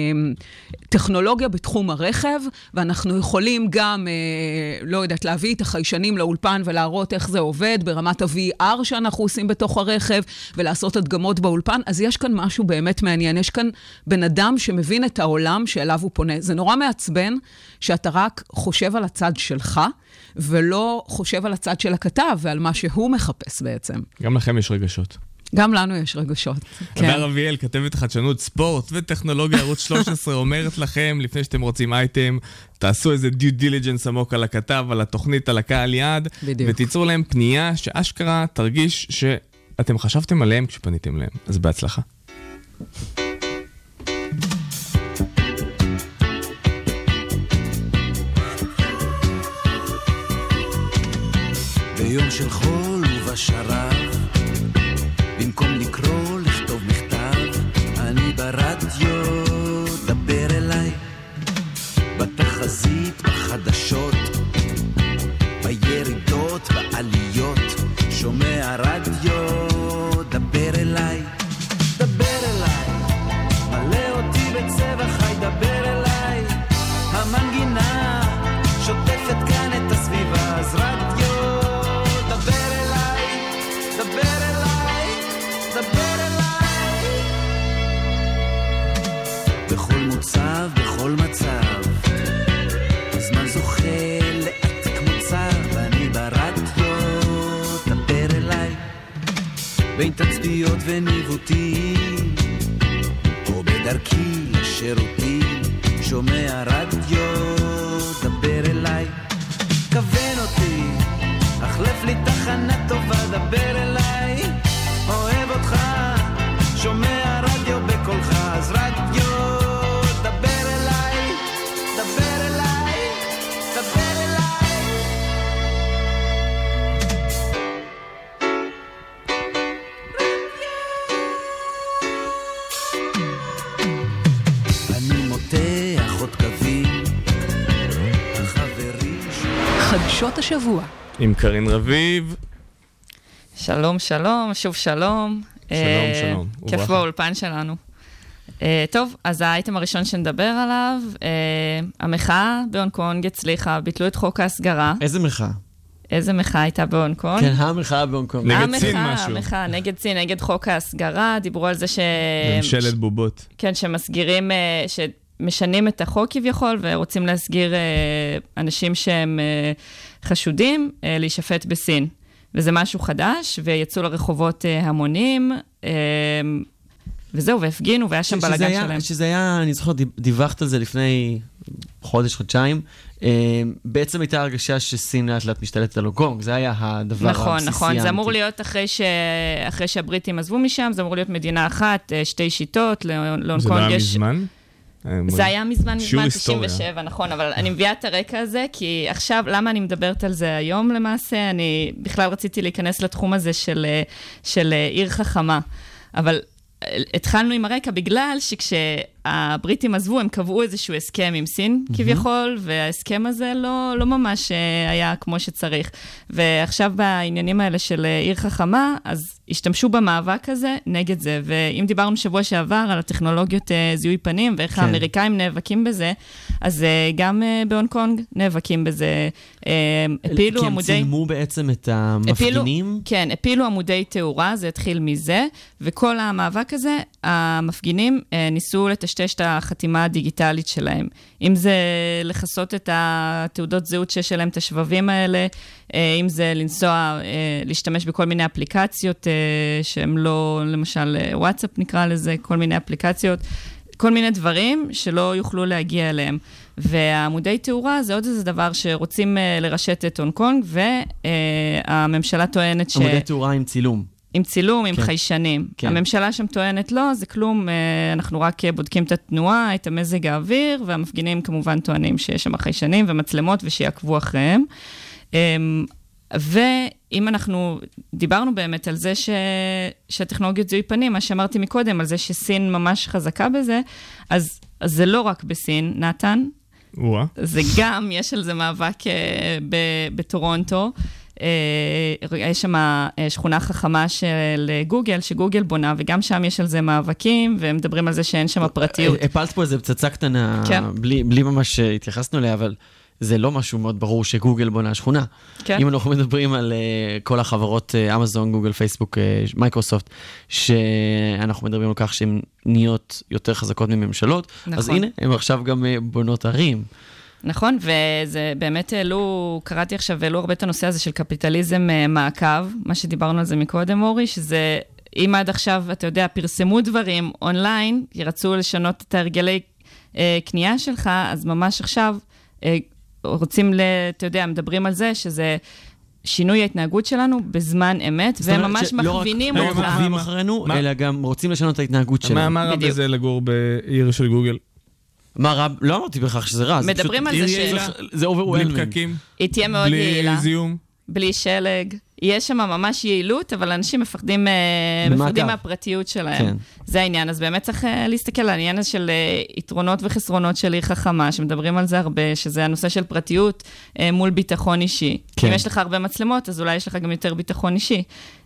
טכנולוגיה בתחום הרכב, ואנחנו יכולים גם, לא יודעת, להביא את החיישנים לאולפן ולהראות איך זה עובד ברמת ה-VR שאנחנו עושים בתוך הרכב, ולעשות הדגמות באולפן. אז יש כאן משהו באמת מעניין. יש כאן בן אדם שמבין את העולם שאליו הוא פונה. זה נורא מעצבן שאתה רק חושב על הצד שלך, ולא חושב על הצד של הכתב ועל מה שהוא מחפש בעצם. גם לכם יש רגשות. גם לנו יש רגשות. הדר אביאל, כתבת חדשנות, ספורט וטכנולוגיה, ערוץ 13, אומרת לכם, לפני שאתם רוצים אייטם, תעשו איזה דיו דיליג'נס עמוק על הכתב, על התוכנית, על הקהל יעד, ותיצרו להם פנייה שאשכרה תרגיש שאתם חשבתם עליהם כשפניתם להם. אז בהצלחה. ביום של חול ובשרב, במקום לקרוא, לכתוב מכתב, אני ברדיו, דבר אליי, בתחזית, בחדשות, בירידות, בעליות, שומע רדיו, דבר אליי, דבר אליי, מלא אותי בצבע חי, דבר אליי, המנגינה שוטפת כאן את הסביבה, אז רדיו, בכל מצב, הזמן זוכה לעתיק מוצר, ואני ברדיו, דבר אליי, בין תצפיות וניווטים, או בדרכי לשירותים, שומע רדיו, דבר אליי, כוון אותי, החלף לי תחנה טובה, דבר אליי, אוהב אותך, שומע רדיו בקולך, אז רדיו, חדשות השבוע. עם קרין רביב. שלום, שלום, שוב שלום. שלום. כיף באולפן שלנו. טוב, אז האייטם הראשון שנדבר עליו, המחאה בהונג קונג הצליחה, ביטלו את חוק ההסגרה. איזה מחאה? איזה מחאה הייתה בהונג קונג? כן, המחאה בהונג קונג. נגד סין משהו. המחאה, נגד סין, נגד חוק ההסגרה, דיברו על זה ממשלת בובות. כן, שמסגירים, שמשנים את החוק כביכול, ורוצים להסגיר אנשים שהם חשודים להישפט בסין. וזה משהו חדש, ויצאו לרחובות המונים, וזהו, והפגינו, והיה שם בלגן שלהם. שזה היה, אני זוכר, דיווחת על זה לפני חודש, חודשיים, בעצם הייתה הרגשה שסין לאט לאט משתלטת על הונג קונג, זה היה הדבר הבסיסי. נכון, זה אמור להיות אחרי שהבריטים עזבו משם, זה אמור להיות מדינה אחת, שתי שיטות, להונג קונג יש... זה לא היה מזמן? זה היה מזמן 97, נכון, אבל אני מביאה את הרקע הזה, כי עכשיו, למה אני מדברת על זה היום למעשה? אני בכלל רציתי להיכנס לתחום הזה של עיר חכמה, אבל התחלנו עם הרקע בגלל שכשהבריטים עזבו, הם קבעו איזשהו הסכם עם סין כביכול, וההסכם הזה לא ממש היה כמו שצריך. ועכשיו בעניינים האלה של עיר חכמה, אז השתמשו במאבק הזה נגד זה. ואם דיברנו שבוע שעבר על הטכנולוגיות זיהוי פנים, ואיך האמריקאים נאבקים בזה, אז גם בהונג קונג נאבקים בזה. כי הם צילמו בעצם את המפגינים? כן, הפילו עמודי תאורה, זה התחיל מזה, וכל המאבק הזה, המפגינים ניסו לטשטש את החתימה הדיגיטלית שלהם. אם זה לחסות את התעודות זהות שיש להם, את השבבים האלה, אם זה לנסוע, להשתמש בכל מיני אפליקציות, שהם לא, למשל, וואטסאפ נקרא לזה, כל מיני אפליקציות, כל מיני דברים שלא יוכלו להגיע אליהם. והעמודי תאורה זה עוד איזה דבר שרוצים לרשת את הונג קונג, והממשלה טוענת עמודי תאורה עם צילום. עם צילום, עם חיישנים. הממשלה שם טוענת לא, זה כלום, אנחנו רק בודקים את התנועה, את המזג האוויר, והמפגינים כמובן טוענים שיש שם חיישנים ומצלמות ושיעקבו אחריהם. ואם אנחנו דיברנו באמת על זה שהטכנולוגיות זיהוי פנים, מה שאמרתי מקודם, על זה שסין ממש חזקה בזה, אז זה לא רק בסין, נתן. זה גם, יש על זה מאבק בטורונטו. יש שם שכונה חכמה של גוגל, שגוגל בונה, וגם שם יש על זה מאבקים, והם מדברים על זה שאין שם פרטיות. הפלת פה איזה פצצה קטנה, בלי ממש התייחסנו אליה, אבל זה לא משהו מאוד ברור שגוגל בונה שכונה. אם אנחנו מדברים על כל החברות, אמזון, גוגל, פייסבוק, מייקרוסופט, שאנחנו מדברים על כך שהן נהיות יותר חזקות מממשלות, אז הנה, הן עכשיו גם בונות ערים. נכון, וזה באמת קראתי עכשיו, העלו הרבה את הנושא הזה של קפיטליזם מעקב, מה שדיברנו על זה מקודם, אורי, שזה, אם עד עכשיו, אתה יודע, פרסמו דברים אונליין, כי רצו לשנות את הרגלי קנייה שלך, אז ממש עכשיו רוצים, אתה יודע, מדברים על זה, שזה שינוי ההתנהגות שלנו בזמן אמת, והם ממש מכווינים אותך. לא רק עוקבים אחרינו, אלא גם רוצים לשנות את ההתנהגות שלנו. מה רע בזה לגור בעיר של גוגל? מה רע? לא אמרתי בכך שזה רע. מדברים על זה זה overwhelming. בלי פקקים. היא תהיה מאוד יעילה. בלי זיהום. בלי שלג. יש שם ממש יעילות, אבל אנשים מפחדים מהפרטיות שלהם. זה העניין. אז באמת צריך להסתכל על העניין הזה של יתרונות וחסרונות של עיר חכמה, שמדברים על זה הרבה, שזה הנושא של פרטיות מול ביטחון אישי. אם יש לך הרבה מצלמות, אז אולי יש לך גם יותר ביטחון אישי.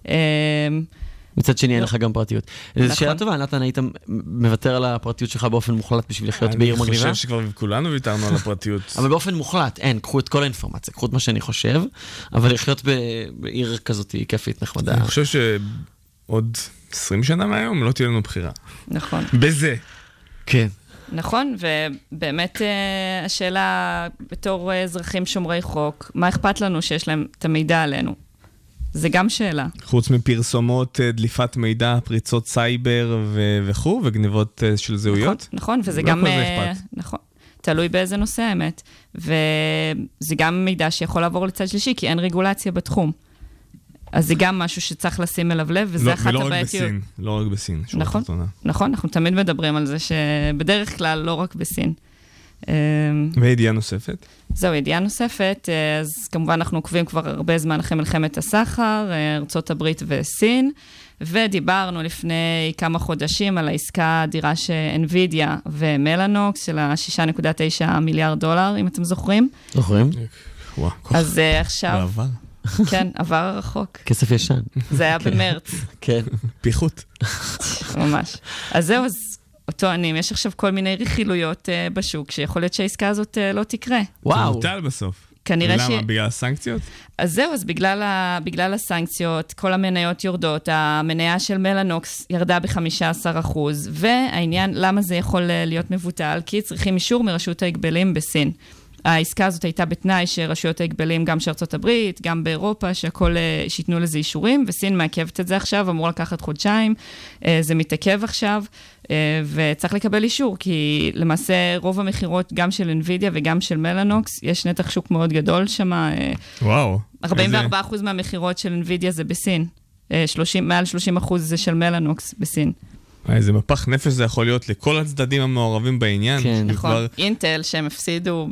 מצד שני, אין לך גם פרטיות. זו שאלה טובה, נתן, היית מוותר על הפרטיות שלך באופן מוחלט בשביל לחיות בעיר מגניבה? אני חושב שכבר כולנו ויתרנו על הפרטיות. אבל באופן מוחלט, אין, קחו את כל האינפורמציה, קחו את מה שאני חושב, אבל לחיות בעיר כזאת היא כיפית, נחמדה. אני חושב שעוד 20 שנה מהיום לא תהיה לנו בחירה. נכון. בזה. כן. נכון, ובאמת השאלה בתור אזרחים שומרי חוק, מה אכפת לנו שיש להם את המידע עלינו? זה גם שאלה. חוץ מפרסומות, דליפת מידע, פריצות סייבר וכו', וגניבות של זהויות. נכון, וזה גם... נכון, תלוי באיזה נושא האמת. וזה גם מידע שיכול לעבור לצד שלישי, כי אין רגולציה בתחום. אז זה גם משהו שצריך לשים אליו לב, וזה אחת הבעייתיות. לא רק בסין. נכון, אנחנו תמיד מדברים על זה, שבדרך כלל לא רק בסין. וידיעה נוספת? זהו, ידיעה נוספת, אז כמובן אנחנו עוקבים כבר הרבה זמן אחרי מלחמת הסחר, ארצות הברית וסין, ודיברנו לפני כמה חודשים על העסקה האדירה שאנווידיה ומלאנוקס של $6.9 מיליארד, אם אתם זוכרים. זוכרים. אז עכשיו... בעבר. כן, עבר רחוק. כסף ישן. זה היה במרץ. כן. פיחות. ממש. אז זהו, אז טוענים, יש עכשיו כל מיני רכילויות בשוק, שיכול להיות שהעסקה הזאת לא תקרה. וואו. תבוטל בסוף. כנראה למה? בגלל הסנקציות? אז זהו, אז בגלל הסנקציות, כל המניות יורדות, המניה של מלאנוקס ירדה ב-15%, והעניין, למה זה יכול להיות מבוטל? כי צריכים אישור מרשות ההגבלים בסין. העסקה הזאת הייתה בתנאי שרשויות ההגבלים, גם של ארצות הברית, גם באירופה, שיתנו לזה אישורים, וסין מעכבת את זה עכשיו, אמור לקחת חודשיים, זה מתעכב עכשיו, וצריך לקבל אישור, כי למעשה רוב המחירות, גם של NVIDIA וגם של מלאנוקס, יש נתח שוק מאוד גדול שם. וואו. 44% מהמחירות של NVIDIA זה בסין, מעל 30% זה של מלאנוקס בסין. איזה מפח נפש זה יכול להיות לכל הצדדים המעורבים בעניין. כן, נכון. אינטל שהם הפסידו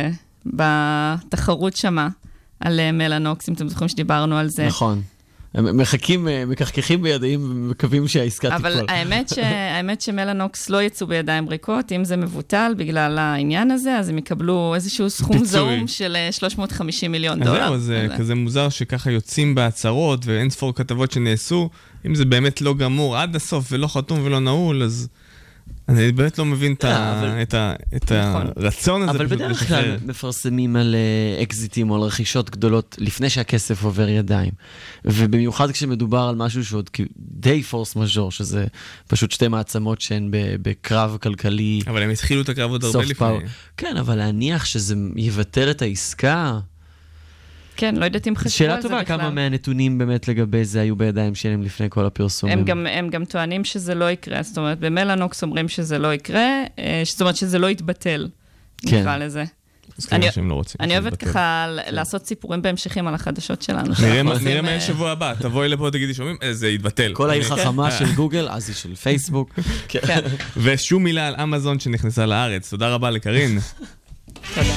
בתחרות שמה על מלאנוקס, אם אתם זוכרים שדיברנו על זה. נכון. הם מקחקחים בידיים ומקווים שהעסקה תיפול. אבל האמת שמלאנוקס לא יצאו בידיים ריקות, אם זה מבוטל בגלל העניין הזה, אז הם יקבלו איזשהו סכום זעום של $350 מיליון. אז זה כזה מוזר שככה יוצאים בהצהרות ואין ספור כתבות שנעשו, אם זה באמת לא גמור עד הסוף ולא חתום ולא נעול, אז אני באמת לא מבין את הרצון הזה. אבל בדרך כלל מפרסמים על אקזיטים או על רכישות גדולות לפני שהכסף עובר ידיים. ובמיוחד כשמדובר על משהו שעוד די פורס מז'ור, שזה פשוט שתי מעצמות שהן בקרב כלכלי. אבל הם התחילו את הקרב עוד הרבה לפני. כן, אבל להניח שזה יבטל את העסקה... כן, לא יודעת אם חשבו על זה שאלה טובה, כמה מהנתונים באמת לגבי זה היו בידיים שלהם לפני כל הפרסומים. הם גם טוענים שזה לא יקרה, זאת אומרת, במלאנוקס אומרים שזה לא יקרה, זאת אומרת שזה לא יתבטל, נקרא לזה. אני אוהבת ככה לעשות סיפורים בהמשכים על החדשות שלנו. נראה מה שבוע הבא, תבואי לפה תגידי שומעים, זה יתבטל. כל העיר חכמה של גוגל, אז היא של פייסבוק. ושום מילה על אמזון שנכנסה לארץ. תודה רבה לקרין. תודה.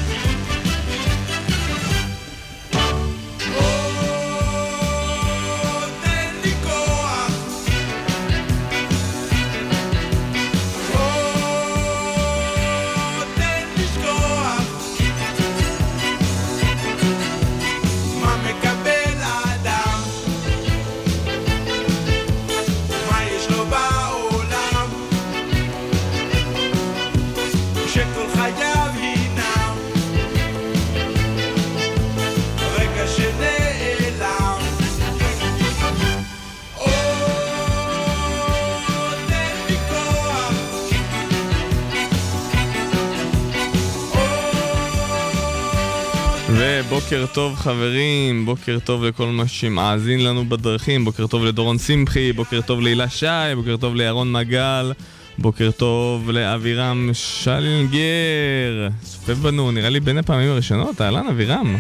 בוקר טוב חברים, בוקר טוב לכל מה שמאזין לנו בדרכים, בוקר טוב לדורון שמחי, בוקר טוב להילה שי, בוקר טוב לירון מגל, בוקר טוב לאבירם שלינגר, סופף בנו, נראה לי בין הפעמים הראשונות, אהלן אבירם.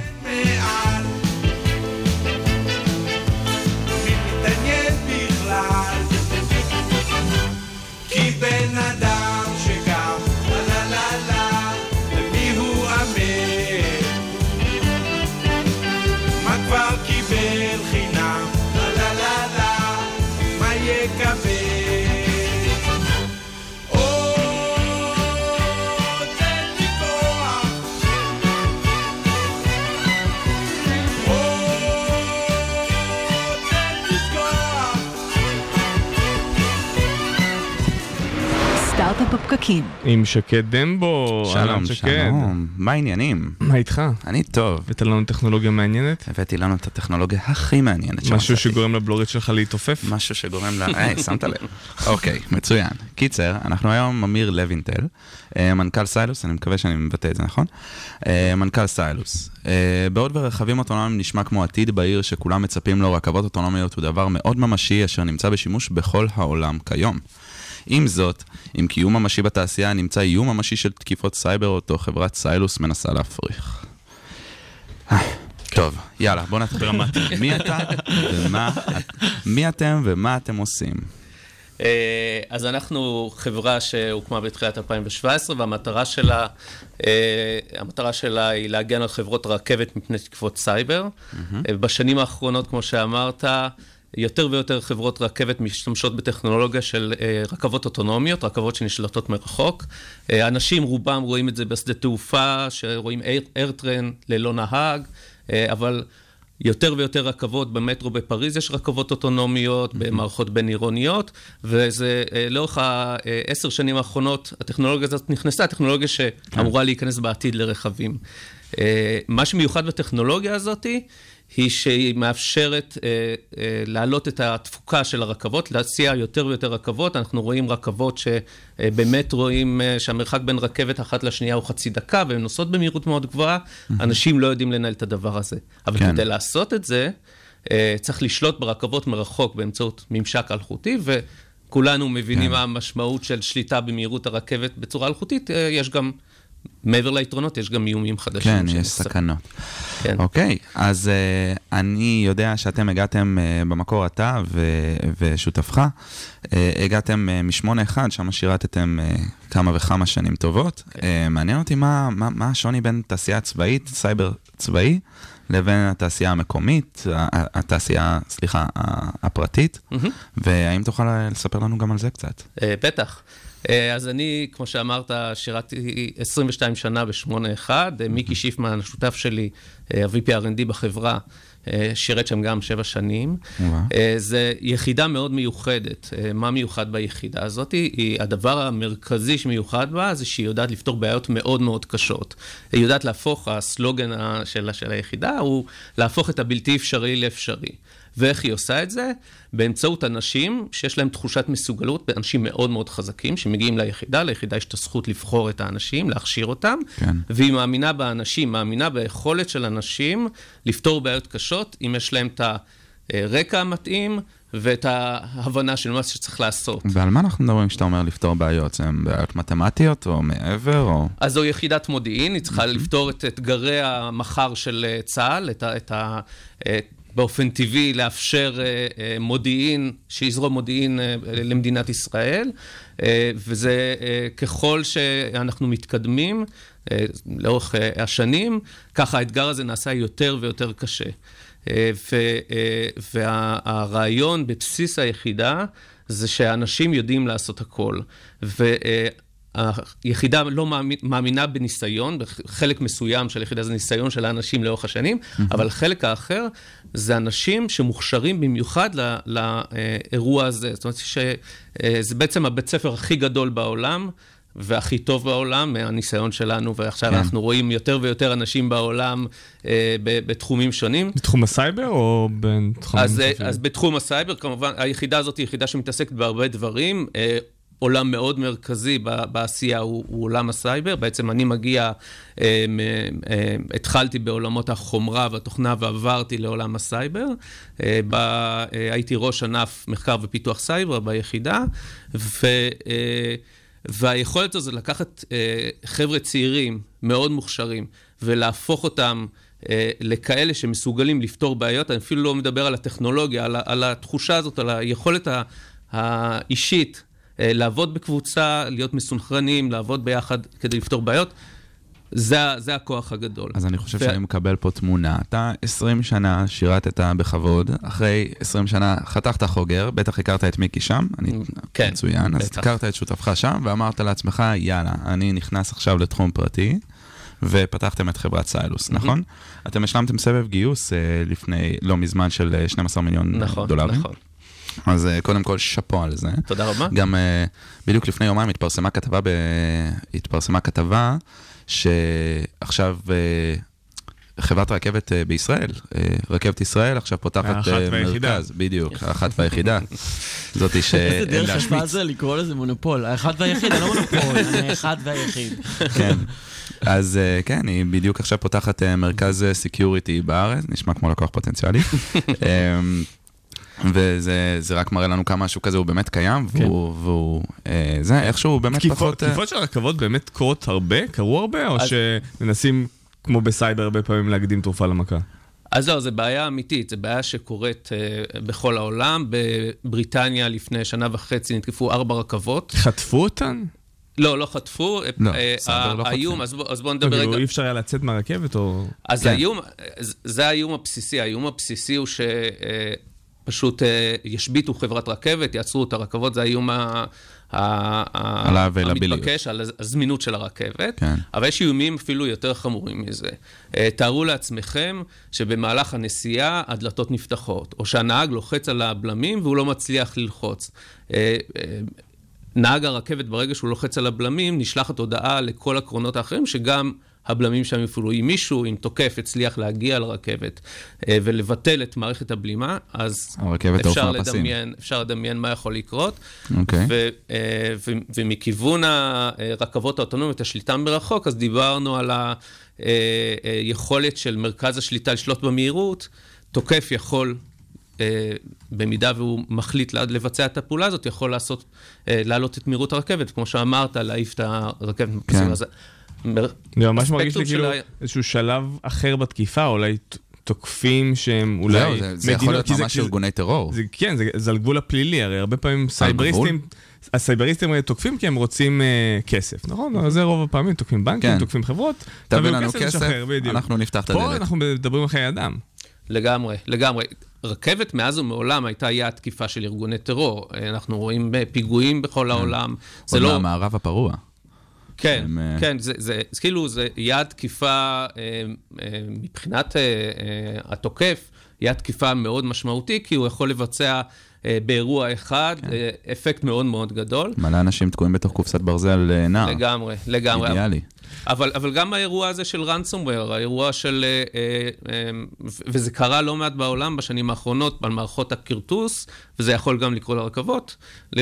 בפקקים. עם שקד דמבו. שלום, שלום. מה העניינים? מה איתך? אני טוב. הבאת לנו טכנולוגיה מעניינת? הבאתי לנו את הטכנולוגיה הכי מעניינת. משהו שגורם לבלורית שלך להתעופף? משהו שגורם שמת לב. אוקיי, מצוין. קיצר, אנחנו היום אמיר לוינטל, מנכ"ל סיילוס, אני מקווה שאני מבטא את זה נכון? מנכ"ל סיילוס. בעוד ורכבים אוטונומיים נשמע כמו עתיד בעיר שכולם מצפים לו, רכבות אוטונומיות הוא דבר מאוד ממשי אשר נמצא בשימוש בכל העולם כיום. עם זאת, עם קיום ממשי בתעשייה נמצא איום ממשי של תקיפות סייבר אותו חברת סיילוס מנסה להפריך. טוב, יאללה, בוא נתחיל. מי אתם ומה אתם עושים? אז אנחנו חברה שהוקמה בתחילת 2017, והמטרה שלה היא להגן על חברות רכבת מפני תקיפות סייבר. בשנים האחרונות, כמו שאמרת, יותר ויותר חברות רכבת משתמשות בטכנולוגיה של רכבות אוטונומיות, רכבות שנשלטות מרחוק. אנשים רובם רואים את זה בשדה תעופה, שרואים איירטרן ללא נהג, אבל יותר ויותר רכבות במטרו בפריז יש רכבות אוטונומיות, במערכות בין עירוניות, וזה לאורך 10 שנים האחרונות, הטכנולוגיה הזאת נכנסה, הטכנולוגיה שאמורה להיכנס בעתיד לרכבים. מה שמיוחד בטכנולוגיה הזאת היא שהיא מאפשרת להעלות את התפוקה של הרכבות, להציע יותר ויותר רכבות. אנחנו רואים רכבות שבאמת רואים שהמרחק בין רכבת אחת לשנייה הוא חצי דקה, והן נוסעות במהירות מאוד גבוהה. אנשים לא יודעים לנהל את הדבר הזה. אבל כדי לעשות את זה, צריך לשלוט ברכבות מרחוק באמצעות ממשק אלחוטי, וכולנו מבינים מה המשמעות של שליטה במהירות הרכבת בצורה אלחוטית. יש גם מעבר ליתרונות, יש גם איומים חדשים. כן, יש סכנות. אוקיי, אז אני יודע שאתם הגעתם במקור אתה ושותפך, הגעתם מ-81, שם שירתתם כמה וכמה שנים טובות. מעניין אותי מה השוני בין תעשייה צבאית, סייבר צבאי, לבין התעשייה המקומית, התעשייה, סליחה, הפרטית, והאם תוכל לספר לנו גם על זה קצת? בטח. אז אני, כמו שאמרת, שירתי 22 שנה ב-81, מיקי שיפמן, השותף שלי, ה-VP R&D בחברה, שירת שם גם 7 שנים. זה יחידה מאוד מיוחדת. מה מיוחד ביחידה הזאת? הדבר המרכזי שמיוחד בה זה שהיא יודעת לפתור בעיות מאוד מאוד קשות. היא יודעת להפוך, הסלוגן של היחידה הוא להפוך את הבלתי אפשרי לאפשרי. ואיך היא עושה את זה? באמצעות אנשים שיש להם תחושת מסוגלות, אנשים מאוד מאוד חזקים שמגיעים ליחידה, ליחידה יש את הזכות לבחור את האנשים, להכשיר אותם, והיא מאמינה באנשים, מאמינה ביכולת של אנשים לפתור בעיות קשות, אם יש להם את הרקע המתאים ואת ההבנה של מה שצריך לעשות. ועל מה אנחנו מדברים כשאתה אומר לפתור בעיות? זה בעיות מתמטיות או מעבר? או... אז זו יחידת מודיעין, היא צריכה לפתור את אתגרי המחר של צה"ל, באופן טבעי לאפשר מודיעין, שיזרום מודיעין למדינת ישראל, וזה ככל שאנחנו מתקדמים לאורך השנים, ככה האתגר הזה נעשה יותר ויותר קשה. והרעיון בבסיס היחידה זה שאנשים יודעים לעשות הכל. היחידה לא מאמינה בניסיון, בחלק מסוים של היחידה זה ניסיון של האנשים לאורך השנים, אבל חלק האחר זה אנשים שמוכשרים במיוחד לאירוע הזה. זאת אומרת שזה בעצם הבית ספר הכי גדול בעולם, והכי טוב בעולם מהניסיון שלנו, ועכשיו אנחנו רואים יותר ויותר אנשים בעולם בתחומים שונים. בתחום הסייבר או בתחום... אז בתחום הסייבר, כמובן, היחידה הזאת היא יחידה שמתעסקת בהרבה דברים, עולם מאוד מרכזי בעשייה הוא עולם הסייבר. בעצם אני מגיע, התחלתי בעולמות החומרה והתוכנה ועברתי לעולם הסייבר. הייתי ראש ענף מחקר ופיתוח סייבר ביחידה, והיכולת הזו לקחת חבר'ה צעירים מאוד מוכשרים ולהפוך אותם לכאלה שמסוגלים לפתור בעיות. אני אפילו לא מדבר על הטכנולוגיה, על התחושה הזאת, על היכולת האישית, לעבוד בקבוצה, להיות מסונכרנים, לעבוד ביחד כדי לפתור בעיות, זה הכוח הגדול. אז אני חושב שאני מקבל פה תמונה. אתה 20 שנה שירתת בכבוד, אחרי 20 שנה חתכת חוגר, בטח הכרת את מיקי שם, אני מצוין, אז הכרת את שותפך שם, ואמרת לעצמך, יאללה, אני נכנס עכשיו לתחום פרטי, ופתחתם את חברת סיילוס, נכון? אתם השלמתם סבב גיוס לפני לא מזמן של 12 מיליון דולרים. נכון. אז קודם כל שפו על זה. תודה רבה. גם בדיוק לפני יומיים התפרסמה כתבה שעכשיו חברת רכבת בישראל, רכבת ישראל, עכשיו פותחת מרכז, בדיוק, האחת והיחידה. זאתי איזה דרך השפעה זה לקרוא לזה מונופול, האחד והיחיד, אני לא מונופול, אני האחד והיחיד. כן. אז כן, היא בדיוק עכשיו פותחת מרכז סקיוריטי בארץ, נשמע כמו לקוח פוטנציאלי. וזה רק מראה לנו כמה השוק הזה הוא באמת קיים, והוא, זה איכשהו באמת פחות... תקיפות של רכבות באמת קרו הרבה, או שמנסים, כמו בסייבר, הרבה פעמים להקדים תרופה למכה? אז לא, זו בעיה אמיתית, זו בעיה שקורית בכל העולם. בבריטניה לפני 1.5 שנה נתקפו 4 רכבות. חטפו אותן? לא חטפו. האיום, אז בואו נדבר רגע. אי אפשר היה לצאת מהרכבת או... אז זה האיום הבסיסי. האיום הבסיסי הוא פשוט ישביטו חברת רכבת, יעצרו את הרכבות, זה האיום המתבקש על הזמינות של הרכבת. כן. אבל יש איומים אפילו יותר חמורים מזה. תארו לעצמכם שבמהלך הנסיעה הדלתות נפתחות, או שהנהג לוחץ על הבלמים והוא לא מצליח ללחוץ. נהג הרכבת ברגע שהוא לוחץ על הבלמים, נשלחת הודעה לכל הקרונות האחרים, שגם הבלמים שם יפעלו. אם מישהו, אם תוקף, הצליח להגיע לרכבת ולבטל את מערכת הבלימה, אז אפשר לדמיין מה יכול לקרות. ומכיוון הרכבות האוטונומיות, השליטה מרחוק, אז דיברנו על היכולת של מרכז השליטה לשלוט במהירות. תוקף יכול, במידה והוא מחליט לבצע את הפעולה הזאת, יכול להעלות את מהירות הרכבת, כמו שאמרת, להעיף את הרכבת. זה ממש מרגיש לי כאילו איזשהו שלב אחר בתקיפה, אולי תוקפים שהם אולי... זה יכול להיות ממש ארגוני טרור. כן, זה על גבול הפלילי, הרי הרבה פעמים הסייבריסטים תוקפים כי הם רוצים כסף, נכון? זה רוב הפעמים, תוקפים בנקים, תוקפים חברות, תביא לנו כסף, אנחנו נפתח את הדלת. פה אנחנו מדברים על חיי אדם. לגמרי, לגמרי. רכבת מאז ומעולם הייתה יעד תקיפה של ארגוני טרור. אנחנו רואים פיגועים בכל העולם. עוד מהמערב הפרוע. כן, כן, זה כאילו, זה יעד תקיפה מבחינת התוקף, יעד תקיפה מאוד משמעותי, כי הוא יכול לבצע באירוע אחד אפקט מאוד מאוד גדול. מלא אנשים תקועים בתוך קופסת ברזל נער. לגמרי, לגמרי. אידיאלי. אבל גם האירוע הזה של ransomware, האירוע של, וזה קרה לא מעט בעולם בשנים האחרונות, על מערכות הכרטוס, וזה יכול גם לקרוא לרכבות.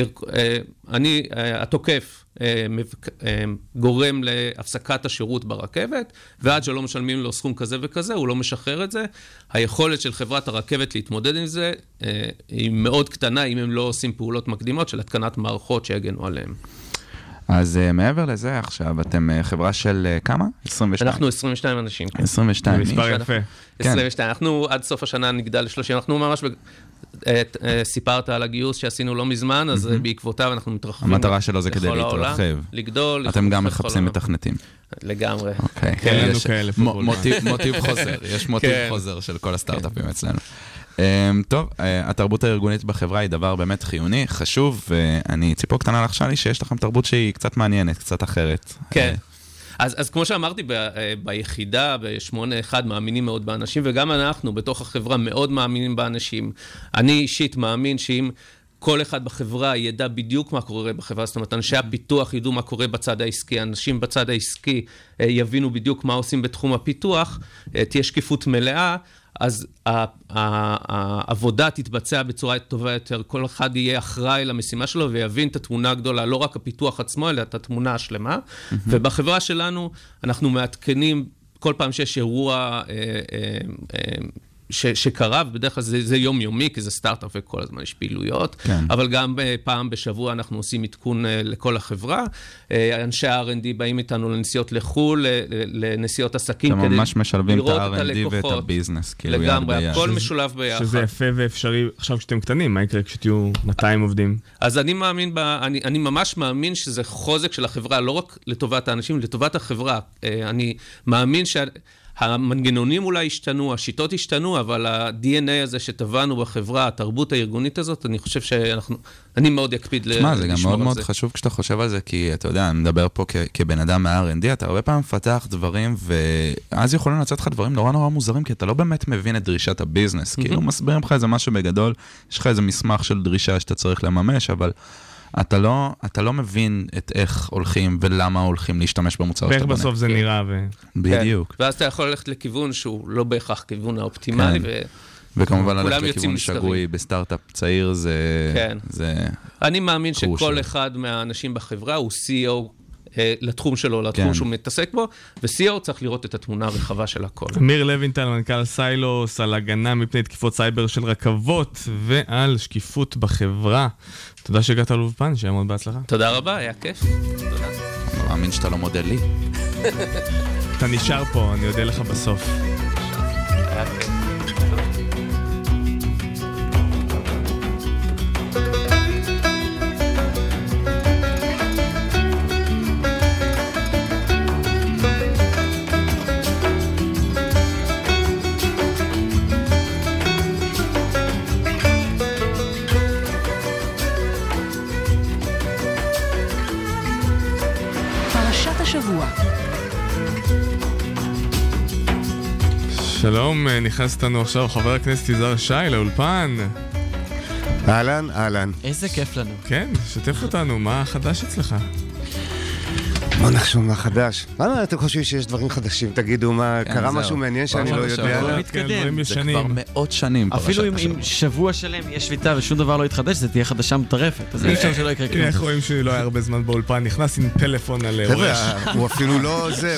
התוקף גורם להפסקת השירות ברכבת, ועד שלא משלמים לו סכום כזה וכזה, הוא לא משחרר את זה. היכולת של חברת הרכבת להתמודד עם זה היא מאוד קטנה, אם הם לא עושים פעולות מקדימות של התקנת מערכות שיגנו עליהם. אז מעבר לזה עכשיו, אתם חברה של כמה? 22? אנחנו 22 אנשים. 22. מספר יפה. 22. אנחנו עד סוף השנה נגדל ל-30. אנחנו ממש, סיפרת על הגיוס שעשינו לא מזמן, אז בעקבותיו אנחנו מתרחבים. המטרה שלו זה כדי להתרחב. לגדול. אתם גם מחפשים מתכנתים. לגמרי. כן, לנו כאלה. מוטיב חוזר. יש מוטיב חוזר של כל הסטארט-אפים אצלנו. טוב, התרבות הארגונית בחברה היא דבר באמת חיוני, חשוב, ואני ציפור קטנה לחשה לי שיש לכם תרבות שהיא קצת מעניינת, קצת אחרת. כן. אז כמו שאמרתי, ביחידה, ב-8-1 מאמינים מאוד באנשים, וגם אנחנו בתוך החברה מאוד מאמינים באנשים. אני אישית מאמין שאם כל אחד בחברה ידע בדיוק מה קורה בחברה, זאת אומרת, אנשי הפיתוח ידעו מה קורה בצד העסקי, אנשים בצד העסקי יבינו בדיוק מה עושים בתחום הפיתוח, תהיה שקיפות מלאה, אז העבודה תתבצע בצורה טובה יותר, כל אחד יהיה אחראי למשימה שלו ויבין את התמונה הגדולה, לא רק הפיתוח עצמו, אלא את התמונה השלמה. ובחברה שלנו אנחנו מעדכנים כל פעם שיש אירוע שקרה, ובדרך כלל זה יומיומי, כי זה סטארט-אפ וכל הזמן יש פעילויות, אבל גם פעם בשבוע אנחנו עושים עדכון לכל החברה. אנשי ה-R&D באים איתנו לנסיעות לחול, לנסיעות עסקים, כדי ממש משלבים את ה-R&D ואת הביזנס, לגמרי, הכל משולב ביחד. שזה יפה ואפשרי, עכשיו כשאתם קטנים, מה יקרה כשתהיו 200 עובדים? אז אני ממש מאמין שזה חוזק של החברה, לא רק לטובת האנשים, לטובת החברה. אני מאמין המנגנונים אולי השתנו, השיטות השתנו, אבל ה-DNA הזה שטבענו בחברה, התרבות הארגונית הזאת, אני חושב אני מאוד יקפיד לשמור על זה. זה גם מאוד מאוד חשוב כשאתה חושב על זה, כי אתה יודע, אני מדבר פה כבן אדם מה-R&D, אתה הרבה פעמים מפתח דברים, ואז יכולים לצאת לך דברים נורא נורא מוזרים, כי אתה לא באמת מבין את דרישת הביזנס, כאילו מסבירים לך איזה משהו בגדול, יש לך איזה מסמך של דרישה שאתה צריך לממש, אבל אתה לא מבין את איך הולכים ולמה הולכים להשתמש במוצר שאתה בונה. ואיך בסוף זה נראה. בדיוק. ואז אתה יכול ללכת לכיוון שהוא לא בהכרח כיוון האופטימלי. וכמובן ללכת לכיוון שגוי בסטארט-אפ צעיר זה... אני מאמין שכל אחד מהאנשים בחברה הוא CEO לתחום שלו, לתחום שהוא מתעסק בו, ו-CEO צריך לראות את התמונה הרחבה של הכל. אמיר לוינטל, מנכ"ל סיילוס, על הגנה מפני תקיפות סייבר של רכבות, ועל שקיפות בחברה. תודה שהגעת לאולפן, שיהיה מאוד בהצלחה. תודה רבה, היה כיף. תודה. אני מאמין שאתה לא מודל לי. אתה נשאר פה, אני יודע לך בסוף. היה כיף. השבוע. שלום, נכנס איתנו עכשיו חבר הכנסת יזהר שי לאולפן. אהלן, אהלן. איזה כיף לנו. כן, שתף אותנו, מה חדש אצלך? בוא נחשוב מה חדש. למה אתם חושבים שיש דברים חדשים? תגידו מה, קרה משהו מעניין שאני לא יודע. זה כבר מאות שנים. אפילו אם שבוע שלם יש שביתה ושום דבר לא יתחדש, זה תהיה חדשה מטרפת. אז אי אפשר שלא יקרה כלום. איך רואים שהוא לא היה הרבה זמן באולפן, נכנס עם טלפון על ראש. הוא אפילו לא זה,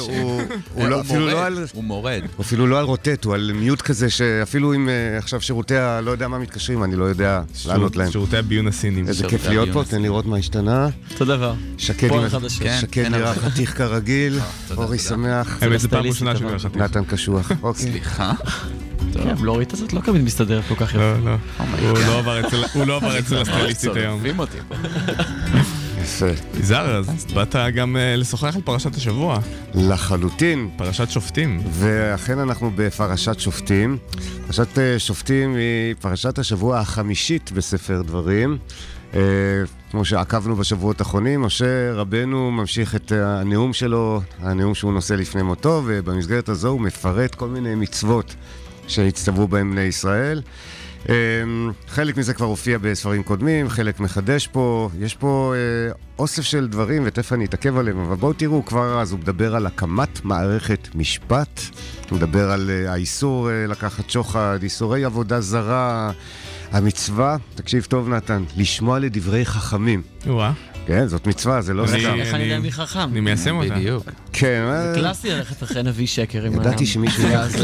הוא מורד. הוא אפילו לא על רוטט, הוא על מיוט כזה שאפילו אם עכשיו שירותי לא יודע מה מתקשרים, אני לא יודע לענות להם. שירותי הביון הסינים. איזה כיף להיות פה, תן לראות מה השתנה. תודה דבר. שקד נראה חתיך כרגיל, אורי שמח. האמת, זה פעם ראשונה שאני חתיך. נתן קשוח. סליחה. הבלורית הזאת לא כמובן מסתדר כל כך יפה. לא, הוא לא עבר אצל הסטייליסטית היום. יפה. יזהר, אז באת גם לשוחח על פרשת השבוע. לחלוטין. פרשת שופטים. ואכן אנחנו בפרשת שופטים. פרשת שופטים היא פרשת השבוע החמישית בספר דברים. כמו שעקבנו בשבועות האחרונים, משה רבנו ממשיך את הנאום שלו, הנאום שהוא נושא לפני מותו, ובמסגרת הזו הוא מפרט כל מיני מצוות שהצטוו בהם בני ישראל. חלק מזה כבר הופיע בספרים קודמים, חלק מחדש פה, יש פה אוסף של דברים ותכף אני אתעכב עליהם, אבל בואו תראו, כבר אז הוא מדבר על הקמת מערכת משפט, הוא מדבר על האיסור לקחת שוחד, איסורי עבודה זרה, המצווה, תקשיב טוב נתן, לשמוע לדברי חכמים. וואה. כן, זאת מצווה, זה לא סתם. איך אני יודע מי חכם? אני מיישם אותה. בדיוק. כן. זה קלאסי ללכת אחרי נביא שקר. ידעתי שמישהו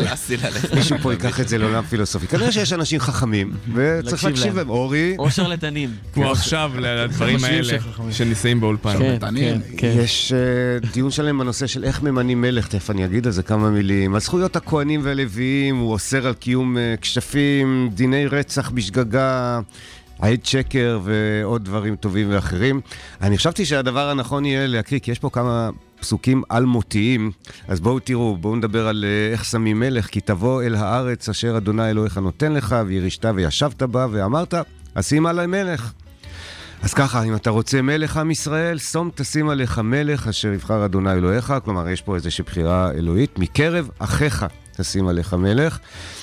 פה ייקח את זה לעולם פילוסופי. כנראה שיש אנשים חכמים, וצריך להקשיב להם. אורי. או שרלטנים. כמו עכשיו, לדברים האלה שניסאים באולפן. יש דיון שלהם בנושא של איך ממנים מלך, תכף אני אגיד על זה כמה מילים. על זכויות הכהנים והלוויים, הוא אוסר על קיום כשפים, דיני רצח בשגגה, עד שקר ועוד דברים טובים ואחרים. אני חשבתי שהדבר הנכון יהיה להקריא, כי יש פה כמה פסוקים אלמותיים, אז בואו תראו, בואו נדבר על איך שמים מלך, כי תבוא אל הארץ אשר אדוני אלוהיך נותן לך, וירשת וישבת בה, ואמרת, אשים עלי מלך. אז ככה, אם אתה רוצה מלך עם ישראל, שום תשים עליך מלך אשר יבחר אדוני אלוהיך, כלומר יש פה איזושהי בחירה אלוהית, מקרב אחיך תשים עליך מלך.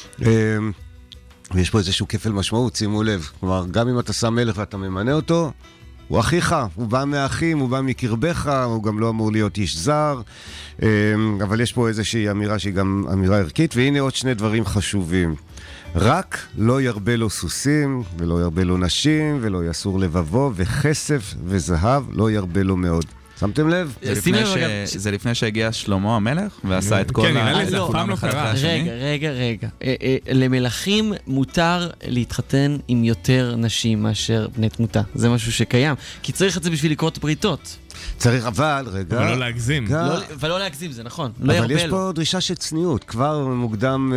ויש פה איזשהו כפל משמעות, שימו לב. כלומר, גם אם אתה שם מלך ואתה ממנה אותו, הוא אחיך, הוא בא מהאחים, הוא בא מקרבך, הוא גם לא אמור להיות איש זר, אבל יש פה איזושהי אמירה שהיא גם אמירה ערכית, והנה עוד שני דברים חשובים. רק לא ירבה לו סוסים, ולא ירבה לו נשים, ולא יסור לבבו, וכסף וזהב לא ירבה לו מאוד. שמתם לב? זה לפני שהגיע שלמה המלך ועשה את כל כן, נראה לי זה אף פעם לא קרה. רגע. למלכים מותר להתחתן עם יותר נשים מאשר בני תמותה. זה משהו שקיים. כי צריך את זה בשביל לקרות בריתות. צריך, אבל, רגע. אבל לא להגזים. ולא להגזים, זה נכון. אבל יש פה דרישה של צניעות. כבר מוקדם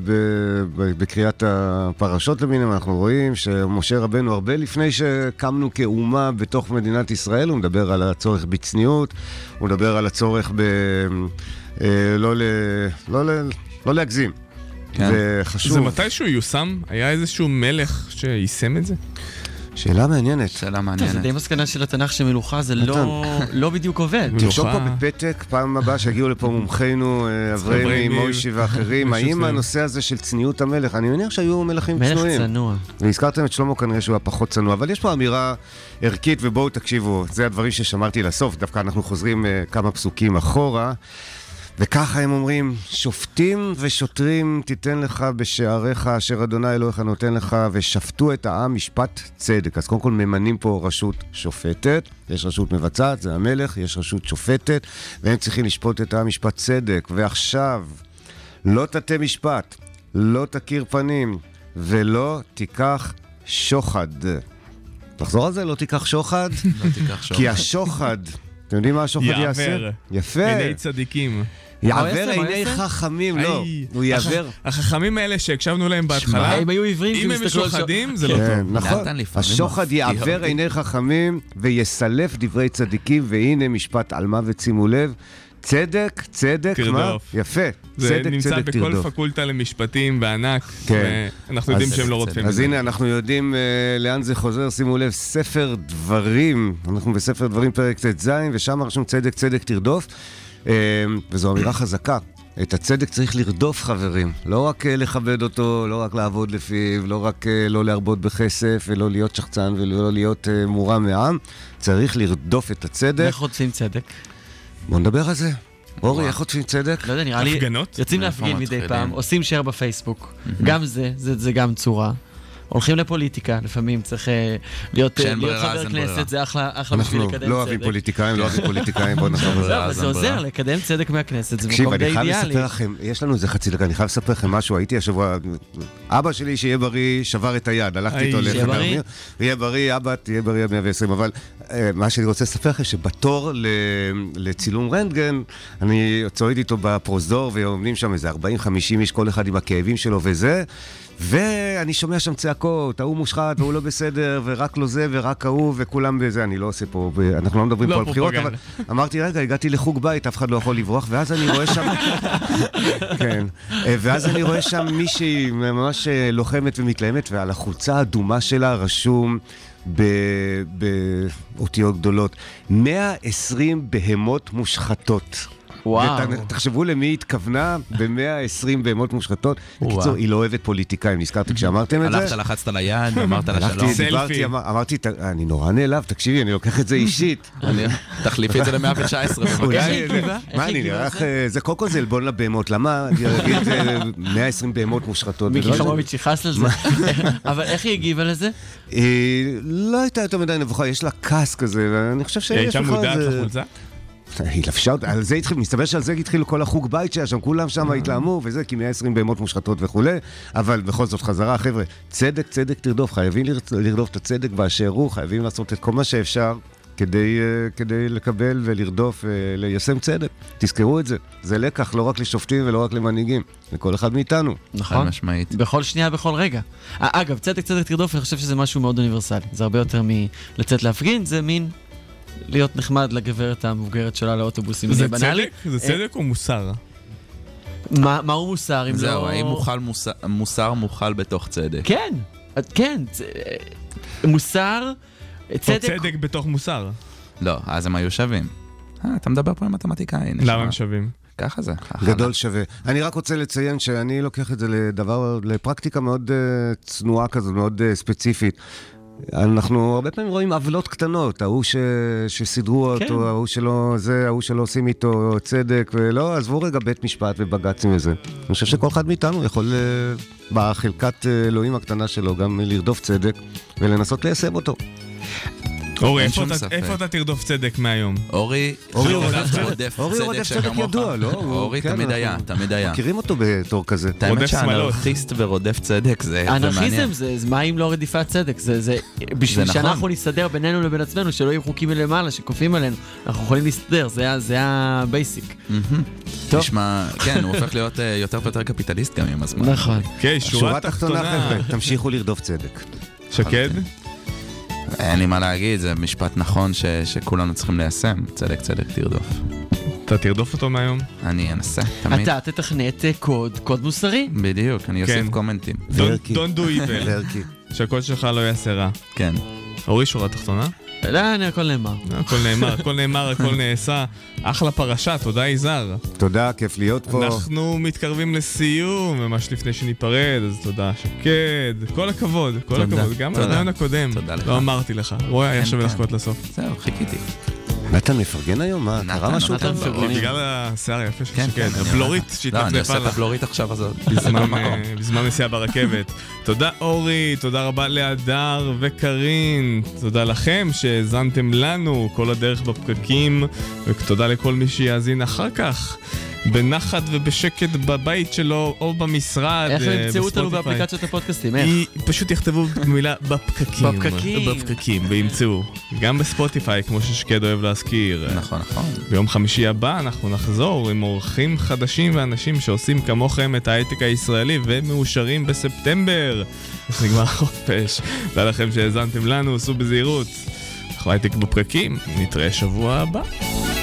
בקריאת הפרשות למיניהם, אנחנו רואים שמשה רבנו הרבה לפני שקמנו כאומה בתוך מדינת ישראל, הוא מדבר על הצורך בצניעות, הוא מדבר על הצורך לא להגזים. זה חשוב. זה מתישהו יושם? היה איזשהו מלך שיישם את זה? שאלה מעניינת. זה די מסקנה של התנ"ך שמלוכה, זה לא בדיוק עובד. תרשום פה בפתק, פעם הבאה שהגיעו לפה מומחינו, אברהם, מוישי ואחרים, האם הנושא הזה של צניעות המלך, אני מניח שהיו מלכים צנועים. מלך צנוע. והזכרתם את שלמה כנראה שהוא הפחות צנוע, אבל יש פה אמירה ערכית, ובואו תקשיבו, זה הדברים ששמרתי לסוף, דווקא אנחנו חוזרים כמה פסוקים אחורה, וככה הם אומרים, שופטים ושוטרים תיתן לך בשעריך אשר אדוני אלוהיך נותן לך, ושפטו את העם משפט צדק. אז קודם כל ממנים פה רשות שופטת, יש רשות מבצעת, זה המלך, יש רשות שופטת, והם צריכים לשפוט את העם משפט צדק. ועכשיו, לא תטה משפט, לא תכיר פנים, ולא תיקח שוחד. תחזור על זה, לא תיקח שוחד? לא תיקח שוחד. כי השוחד, אתם יודעים מה השוחד יעשה? יעבר. יפה. עיני צדיקים. יעבר עיני חכמים, לא. הוא יעבר. החכמים האלה שהקשבנו להם בהתחלה, הם היו עברים, אם הם משוחדים, זה לא טוב. נכון. השוחד יעבר עיני חכמים ויסלף דברי צדיקים, והנה משפט על מוות, שימו לב. צדק, מה? יפה. זה נמצא בכל פקולטה למשפטים בענק, ואנחנו יודעים שהם לא רודפים. אז הנה, אנחנו יודעים לאן זה חוזר, שימו לב, ספר דברים, אנחנו בספר דברים פרק ט"ז, ושם רשום צדק תרדוף, וזו אמירה חזקה. את הצדק צריך לרדוף, חברים. לא רק לכבד אותו, לא רק לעבוד לפיו, לא רק לא להרבות בכסף, ולא להיות שחצן, ולא להיות מורם מעם. צריך לרדוף את הצדק. איך רוצים צדק? בוא נדבר על זה. אורי, איך חוטפים צדק? לא יודע, נראה לי... הפגנות? יוצאים להפגין מדי פעם, עושים שייר בפייסבוק. גם זה גם צורה. הולכים לפוליטיקה, לפעמים צריך להיות חבר כנסת, זה אחלה בשביל לקדם צדק. אנחנו לא אוהבים פוליטיקאים, בוא נחזור לזה. לא, אבל זה עוזר לקדם צדק מהכנסת, זה מקום די אידיאלי. אני חייב לספר לכם, יש לנו איזה חצי דקה, אני חייב לספר לכם משהו, הייתי השבוע, אבא שלי שיהיה בריא, שבר את היד, הלכתי איתו לחדר מיר, יהיה בריא, אבא תהיה בריא עד 120, אבל מה שאני רוצה לספר לכם, שבתור לצילום רנטגן, אני צועד איתו בפרוזדור, ועומדים שם איזה 40-50 איש, כל אחד עם הכאבים שלו וזה, ואני שומע שם צעקות, ההוא מושחת והוא לא בסדר, ורק לא זה ורק ההוא, וכולם בזה, אני לא עושה פה, אנחנו לא מדברים פה על בחירות, אבל אמרתי, רגע, הגעתי לחוג בית, אף אחד לא יכול לברוח, ואז אני רואה שם, כן, ואז אני רואה שם מישהי ממש לוחמת ומתלהמת, ועל החולצה האדומה שלה רשום באותיות גדולות, 120 בהמות מושחתות. ותחשבו למי התכוונה ב-120 בהמות מושחתות. בקיצור, היא לא אוהבת פוליטיקאים, נזכרתי כשאמרתם את זה. הלכת, לחצת ליד, אמרת לה שלום. דיברתי, אמרתי, אני נורא נעלב, תקשיבי, אני לוקח את זה אישית. תחליפי את זה ל-119. מה, אני נראה לך, זה קודם כל זה אלבון לבהמות, למה להגיד 120 בהמות מושחתות? מיקי חמוביץ' יכעס לזה. אבל איך היא הגיבה לזה? לא הייתה יותר מדי נבוכה, יש לה כעס כזה, ואני חושב שיש לך איזה... היא לבשה אותה, על זה התחיל, מסתבר שעל זה התחילו כל החוג בית שהיה שם, כולם שם התלהמו וזה, כי 120 בהמות מושחתות וכו', אבל בכל זאת חזרה, חבר'ה, צדק תרדוף, חייבים לרדוף את הצדק באשר הוא, חייבים לעשות את כל מה שאפשר כדי לקבל ולרדוף וליישם צדק. תזכרו את זה, זה לקח לא רק לשופטים ולא רק למנהיגים, לכל אחד מאיתנו. נכון, בכל שנייה, בכל רגע. אגב, צדק תרדוף, אני חושב שזה משהו מאוד אוניברסלי, זה הרבה יותר מלצאת להפגין, זה מין להיות נחמד לגברת המבוגרת שלה לאוטובוסים. זה צדק? זה צדק או מוסר? מהו מוסר? זהו, האם מוסר מוכל בתוך צדק? כן, מוסר, צדק בתוך מוסר. לא, אז הם היו שווים. אתה מדבר פה עם מתמטיקאי. למה הם שווים? ככה זה. גדול שווה. אני רק רוצה לציין שאני לוקח את זה לפרקטיקה מאוד צנועה כזאת, מאוד ספציפית. אנחנו הרבה פעמים רואים עוולות קטנות, ההוא שסידרו אותו, ההוא שלא זה, ההוא שלא עושים איתו צדק, ולא, עזבו רגע בית משפט ובג"צים וזה. אני חושב שכל אחד מאיתנו יכול בחלקת אלוהים הקטנה שלו גם לרדוף צדק ולנסות ליישם אותו. אורי, איפה אתה תרדוף צדק מהיום? אורי רודף צדק ידוע, לא? אורי תמיד היה. מכירים אותו בתור כזה. האמת שהאנרכיסט ורודף צדק זה מעניין. אנרכיזם זה מה אם לא רדיפת צדק? זה בשביל שאנחנו נסתדר בינינו לבין עצמנו, שלא יהיו חוקים מלמעלה שכופים עלינו, אנחנו יכולים להסתדר, זה הבייסיק. תשמע, כן, הוא הופך להיות יותר ויותר קפיטליסט גם עם הזמן. נכון. שורה תחתונה, תמשיכו לרדוף צדק. שקד? אין לי מה להגיד, זה משפט נכון שכולנו צריכים ליישם. צדק תרדוף. אתה תרדוף אותו מהיום? אני אנסה, תמיד. אתה תתכנת קוד מוסרי. בדיוק, אני אוסיף קומנטים. Don't do evil. שהקוד שלך לא יעשה רע. כן. אורי, שורה תחתונה? לא, הכל נאמר. הכל נאמר, הכל נעשה. אחלה פרשה, תודה יזהר. תודה, כיף להיות פה. אנחנו מתקרבים לסיום, ממש לפני שניפרד, אז תודה שקד. כל הכבוד, גם על הרעיון הקודם. לא אמרתי לך. רואי, היה שווה לחכות לסוף. זהו, חיכיתי. נתן מפרגן היום? מה? קרה משהו? בגלל השיער היפה של שקד. הבלורית שהתנפנפה לך. אני עושה את הבלורית עכשיו הזאת. בזמן נסיעה ברכבת. תודה אורי, תודה רבה להדר וקרין. תודה לכם שהזנתם לנו כל הדרך בפקקים. ותודה לכל מי שיאזין אחר כך. בנחת ובשקט בבית שלו או במשרד. איך הם ימצאו אותנו באפליקציות הפודקאסטים? פשוט יכתבו מילה בפקקים וימצאו. גם בספוטיפיי, כמו ששקד אוהב להזכיר. נכון. ביום חמישי הבא אנחנו נחזור עם אורחים חדשים ואנשים שעושים כמוכם את ההייטק הישראלי ומאושרים בספטמבר. אז נגמר החופש. תודה לכם שהאזנתם לנו, עשו בזהירות. אנחנו הייטק בפקקים, נתראה שבוע הבא.